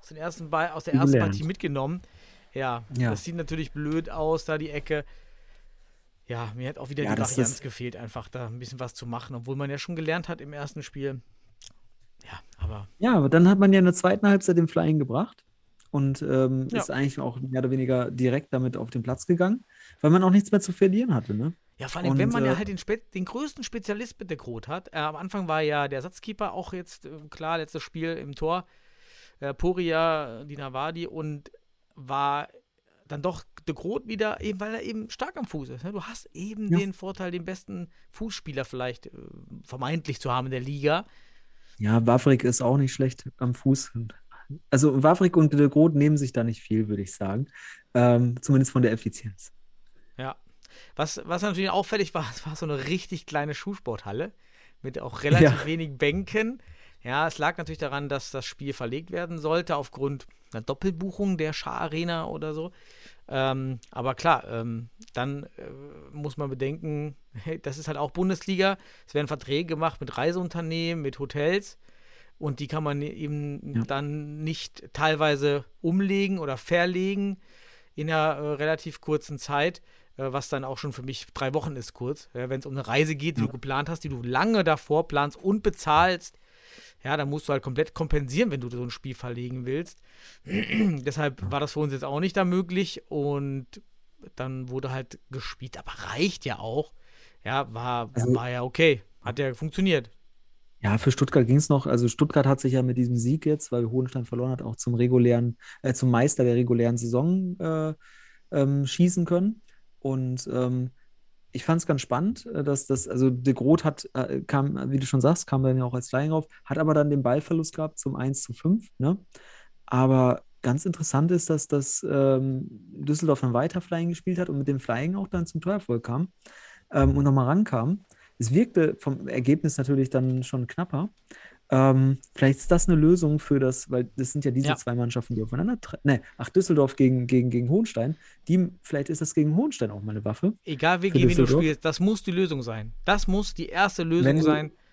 Partie mitgenommen? Ja, das sieht natürlich blöd aus, da die Ecke. Ja, mir hat auch wieder die Varianz gefehlt, einfach da ein bisschen was zu machen, obwohl man ja schon gelernt hat im ersten Spiel. Aber dann hat man ja in der zweiten Halbzeit den Flying gebracht und ist eigentlich auch mehr oder weniger direkt damit auf den Platz gegangen, weil man auch nichts mehr zu verlieren hatte, ne? Ja, vor allem, wenn man ja halt den größten Spezialist mit der Grot hat. Am Anfang war ja der Ersatzkeeper auch jetzt, klar, letztes Spiel im Tor, Poria Dinawadi, und war dann doch de Grot wieder, eben weil er eben stark am Fuß ist. Ne? Du hast eben den Vorteil, den besten Fußspieler vielleicht vermeintlich zu haben in der Liga. Ja, Wawrik ist auch nicht schlecht am Fuß. Also Wawrik und de Grot nehmen sich da nicht viel, würde ich sagen. Zumindest von der Effizienz. Ja. Was natürlich auffällig war, es war so eine richtig kleine Schulsporthalle mit auch relativ wenig Bänken. Ja, es lag natürlich daran, dass das Spiel verlegt werden sollte aufgrund einer Doppelbuchung der Schar-Arena oder so. Aber klar, dann muss man bedenken, hey, das ist halt auch Bundesliga. Es werden Verträge gemacht mit Reiseunternehmen, mit Hotels und die kann man eben dann nicht teilweise umlegen oder verlegen in einer relativ kurzen Zeit, was dann auch schon für mich 3 Wochen ist kurz. Wenn es um eine Reise geht, die du geplant hast, die du lange davor planst und bezahlst, ja, dann musst du halt komplett kompensieren, wenn du so ein Spiel verlegen willst. Deshalb war das für uns jetzt auch nicht da möglich und dann wurde halt gespielt, aber reicht ja auch. Ja, war ja okay. Hat ja funktioniert. Ja, für Stuttgart ging es noch. Also Stuttgart hat sich ja mit diesem Sieg jetzt, weil Hohenstein verloren hat, auch zum Meister der regulären Saison schießen können. Und ich fand es ganz spannend, dass also de Grot kam, wie du schon sagst, kam dann ja auch als Flying rauf, hat aber dann den Ballverlust gehabt zum 1:5, ne? Aber ganz interessant ist, dass Düsseldorf dann weiter Flying gespielt hat und mit dem Flying auch dann zum Torerfolg kam und nochmal rankam. Es wirkte vom Ergebnis natürlich dann schon knapper. Vielleicht ist das eine Lösung für das, weil das sind ja diese 2 Mannschaften, die aufeinander treffen. Düsseldorf gegen Hohenstein. Vielleicht ist das gegen Hohenstein auch mal eine Waffe. Egal, gegen wen du spielst, das muss die Lösung sein. Das muss die erste Lösung sein.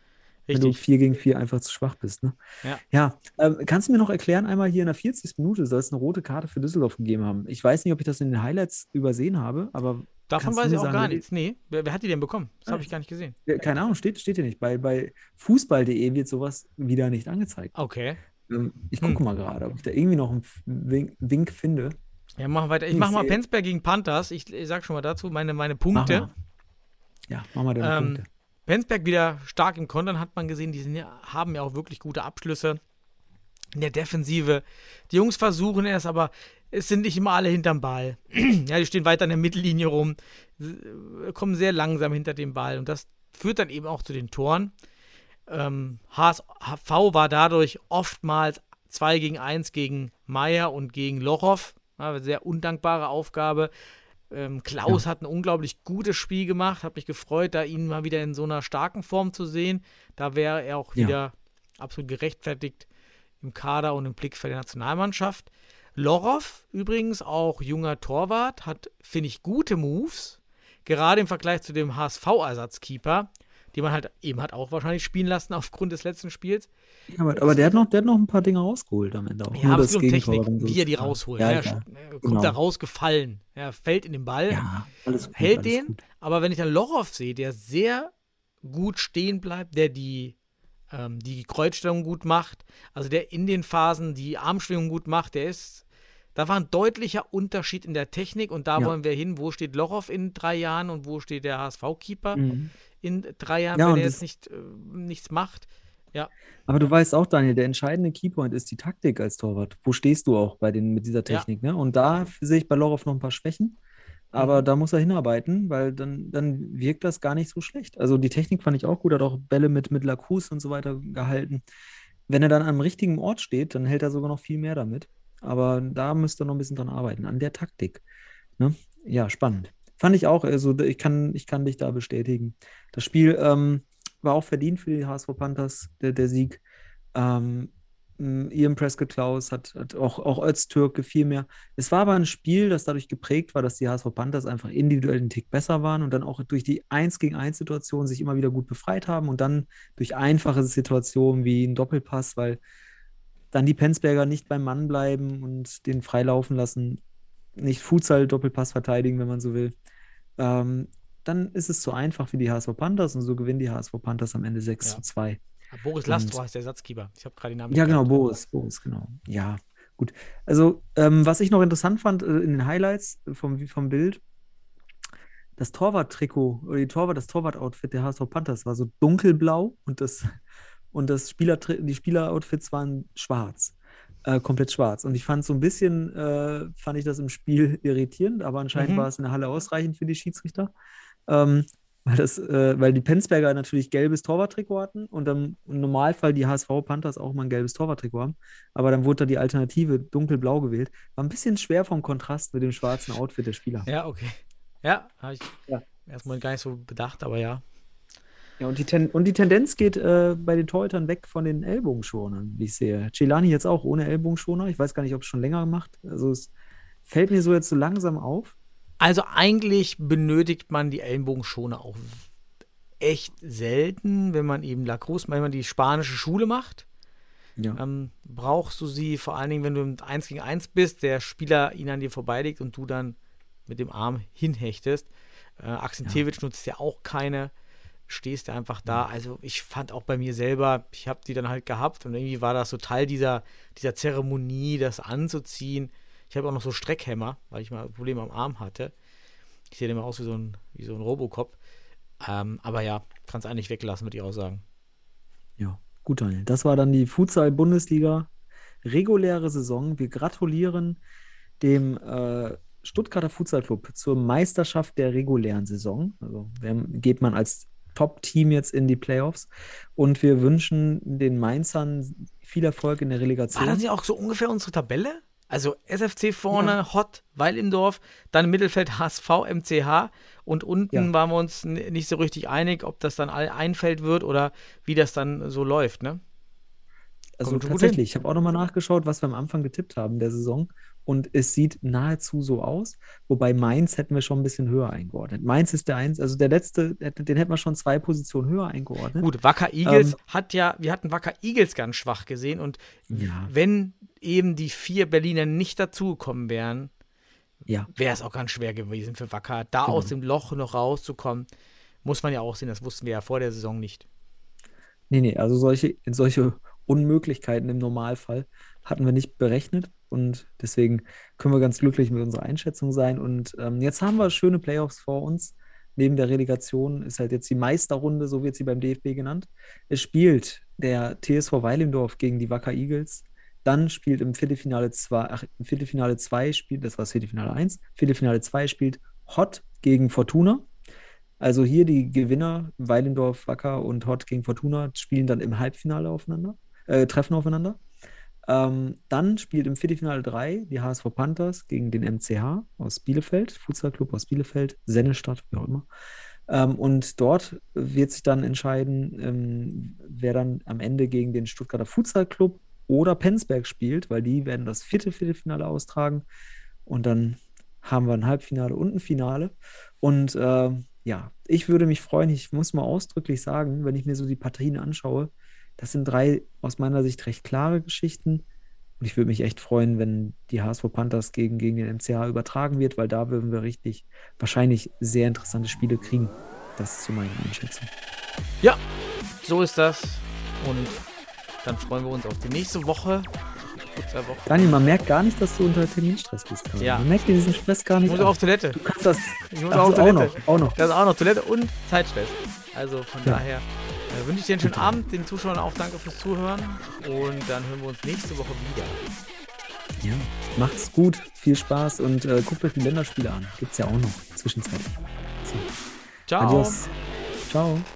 wenn du Richtig. 4 gegen 4 einfach zu schwach bist. Ne? Ja. Ja, kannst du mir noch erklären, einmal hier in der 40. Minute soll es eine rote Karte für Düsseldorf gegeben haben. Ich weiß nicht, ob ich das in den Highlights übersehen habe, aber Davon kannst du weiß mir ich auch sagen, gar wer die- nichts. Nee, wer hat die denn bekommen? Das habe ich gar nicht gesehen. Ja, keine Ahnung, steht hier nicht. Bei fußball.de wird sowas wieder nicht angezeigt. Okay. Ich gucke mal gerade, ob ich da irgendwie noch einen Wink finde. Ja, machen wir weiter. Ich Ich mache mal sehe- Penzberg gegen Panthers. Ich sag schon mal dazu meine Mach Punkte. mal. Ja, mach mal deine Punkte. Penzberg wieder stark im Kontern, hat man gesehen. Haben ja auch wirklich gute Abschlüsse in der Defensive. Die Jungs versuchen es, aber es sind nicht immer alle hinterm Ball. Ja, die stehen weiter in der Mittellinie rum, kommen sehr langsam hinter dem Ball und das führt dann eben auch zu den Toren. HSV war dadurch oftmals 2 gegen 1 gegen Meier und gegen Lochow. Ja, sehr undankbare Aufgabe. Klaus hat ein unglaublich gutes Spiel gemacht. Hat mich gefreut, da ihn mal wieder in so einer starken Form zu sehen. Da wäre er auch wieder absolut gerechtfertigt im Kader und im Blickfeld der Nationalmannschaft. Lochow, übrigens auch junger Torwart, hat, finde ich, gute Moves. Gerade im Vergleich zu dem HSV-Ersatzkeeper, die man halt eben hat auch wahrscheinlich spielen lassen aufgrund des letzten Spiels. Ja, aber der hat noch ein paar Dinge rausgeholt am Ende auch. Ja, Nur aber das es geht um Gegentor Technik, und so. wie er die rausholt. Ja, Er ja, kommt genau. da rausgefallen. Er fällt in den Ball, Ja, alles gut, hält alles den, gut. aber wenn ich dann Lochow sehe, der sehr gut stehen bleibt, der die Kreuzstellung gut macht, also der in den Phasen die Armschwingung gut macht, da war ein deutlicher Unterschied in der Technik und da Ja. wollen wir hin, wo steht Lochow in 3 Jahren und wo steht der HSV-Keeper Mhm. in 3 Jahren, Ja, wenn und er das- jetzt nichts macht. Ja, Aber du weißt auch, Daniel, der entscheidende Keypoint ist die Taktik als Torwart. Wo stehst du auch mit dieser Technik? Ne? Und da sehe ich bei Lochow noch ein paar Schwächen. Aber da muss er hinarbeiten, weil dann wirkt das gar nicht so schlecht. Also die Technik fand ich auch gut, hat auch Bälle mit Lacroix und so weiter gehalten. Wenn er dann am richtigen Ort steht, dann hält er sogar noch viel mehr damit. Aber da müsste er noch ein bisschen dran arbeiten, an der Taktik. Ne? Ja, spannend. Fand ich auch, also ich kann dich da bestätigen. Das Spiel war auch verdient für die HSV Panthers, der Sieg. Ian Prescott Klaus hat auch Öztürk gefiel mir. Es war aber ein Spiel, das dadurch geprägt war, dass die HSV Panthers einfach individuell einen Tick besser waren und dann auch durch die 1-gegen-1-Situation sich immer wieder gut befreit haben und dann durch einfache Situationen wie ein Doppelpass, weil dann die Penzberger nicht beim Mann bleiben und den freilaufen lassen, nicht Futsal-Doppelpass verteidigen, wenn man so will. Dann ist es zu einfach für die HSV Panthers und so gewinnen die HSV Panthers am Ende 6:2. Boris Lastro heißt der Ersatzkeeper. Ich habe gerade den Namen Ja, nicht genau, gekannt. Boris, genau. Ja, gut. Also, was ich noch interessant fand in den Highlights vom Bild, das Torwart-Trikot oder das Torwart-Outfit der HSV Panthers war so dunkelblau und die Spieler-Outfits waren schwarz. Komplett schwarz. Und ich fand so ein bisschen, fand ich das im Spiel irritierend, aber anscheinend war es in der Halle ausreichend für die Schiedsrichter. Weil die Penzberger natürlich gelbes Torwarttrikot hatten und dann im Normalfall die HSV Panthers auch mal ein gelbes Torwarttrikot haben. Aber dann wurde da die Alternative dunkelblau gewählt. War ein bisschen schwer vom Kontrast mit dem schwarzen Outfit der Spieler. Ja, okay. Ja, habe ich Ja. erstmal gar nicht so bedacht, aber ja. Ja, und die Tendenz geht bei den Torhütern weg von den Ellbogenschonern, wie ich sehe. Celani jetzt auch ohne Ellbogenschoner. Ich weiß gar nicht, ob es schon länger macht. Also es fällt mir so jetzt so langsam auf. Also eigentlich benötigt man die Ellenbogenschoner auch echt selten, wenn man eben Lacroix, wenn man die spanische Schule macht. Ja. Brauchst du sie vor allen Dingen, wenn du im 1 gegen 1 bist, der Spieler ihn an dir vorbeilegt und du dann mit dem Arm hinhechtest. Akcentevic nutzt ja auch keine, stehst du einfach da. Also ich fand auch bei mir selber, ich habe die dann halt gehabt und irgendwie war das so Teil dieser Zeremonie, das anzuziehen. Ich habe auch noch so Streckhämmer, weil ich mal Probleme am Arm hatte. Ich sehe immer aus wie so ein Robocop. Aber ja, kann es eigentlich weglassen, würde ich auch sagen. Ja, gut, Daniel. Das war dann die Futsal-Bundesliga. Reguläre Saison. Wir gratulieren dem Stuttgarter Futsal-Club zur Meisterschaft der regulären Saison. Also geht man als Top-Team jetzt in die Playoffs. Und wir wünschen den Mainzern viel Erfolg in der Relegation. War das ja auch so ungefähr unsere Tabelle? Also SFC vorne, Hott, Weilendorf, dann im Mittelfeld HSV, MCH und unten waren wir uns nicht so richtig einig, ob das dann ein Feld wird oder wie das dann so läuft, ne? Also Kommt gut tatsächlich, ich habe auch nochmal nachgeschaut, was wir am Anfang getippt haben der Saison. und es sieht nahezu so aus, wobei Mainz hätten wir schon ein bisschen höher eingeordnet. Mainz ist der Eins, also der letzte, den hätten wir schon 2 Positionen höher eingeordnet. Gut, Wacker Eagles wir hatten Wacker Eagles ganz schwach gesehen und wenn eben die 4 Berliner nicht dazugekommen wären, wäre es auch ganz schwer gewesen für Wacker, da aus dem Loch noch rauszukommen. Muss man ja auch sehen, das wussten wir ja vor der Saison nicht. Nee, also solche Unmöglichkeiten im Normalfall hatten wir nicht berechnet und deswegen können wir ganz glücklich mit unserer Einschätzung sein. Und jetzt haben wir schöne Playoffs vor uns. Neben der Relegation ist halt jetzt die Meisterrunde, so wird sie beim DFB genannt. Es spielt der TSV Weilimdorf gegen die Wacker Eagles. Dann spielt im Viertelfinale 2 spielt, das war das Viertelfinale 1, Viertelfinale 2 spielt Hott gegen Fortuna. Also hier die Gewinner, Weilimdorf, Wacker und Hott gegen Fortuna, spielen dann im Halbfinale treffen aufeinander. Dann spielt im Viertelfinale 3 die HSV Panthers gegen den MCH aus Bielefeld, Futsal-Club aus Bielefeld, Sennestadt, wie auch immer. Und dort wird sich dann entscheiden, wer dann am Ende gegen den Stuttgarter Futsal-Club oder Penzberg spielt, weil die werden das Viertelfinale austragen. Und dann haben wir ein Halbfinale und ein Finale. Und ich würde mich freuen, ich muss mal ausdrücklich sagen, wenn ich mir so die Partien anschaue, das sind 3 aus meiner Sicht recht klare Geschichten. Und ich würde mich echt freuen, wenn die HSV Panthers gegen den MCH übertragen wird, weil da würden wir wahrscheinlich sehr interessante Spiele kriegen. Das ist so meine Einschätzung. Ja, so ist das. Und dann freuen wir uns auf die nächste Woche. Daniel, man merkt gar nicht, dass du unter Terminstress bist. Ja. Man merkt diesen Stress gar nicht. Ich muss auf Toilette. Du kannst das. Ich muss auf Toilette. Auch noch. Das ist auch noch Toilette und Zeitstress. Also von daher wünsche ich dir einen schönen Abend. Den Zuschauern auch danke fürs Zuhören. Und dann hören wir uns nächste Woche wieder. Ja, macht's gut. Viel Spaß und guckt euch die Länderspiele an. Gibt's ja auch noch zwischenzeitlich. So. Ciao. Adios. Ciao.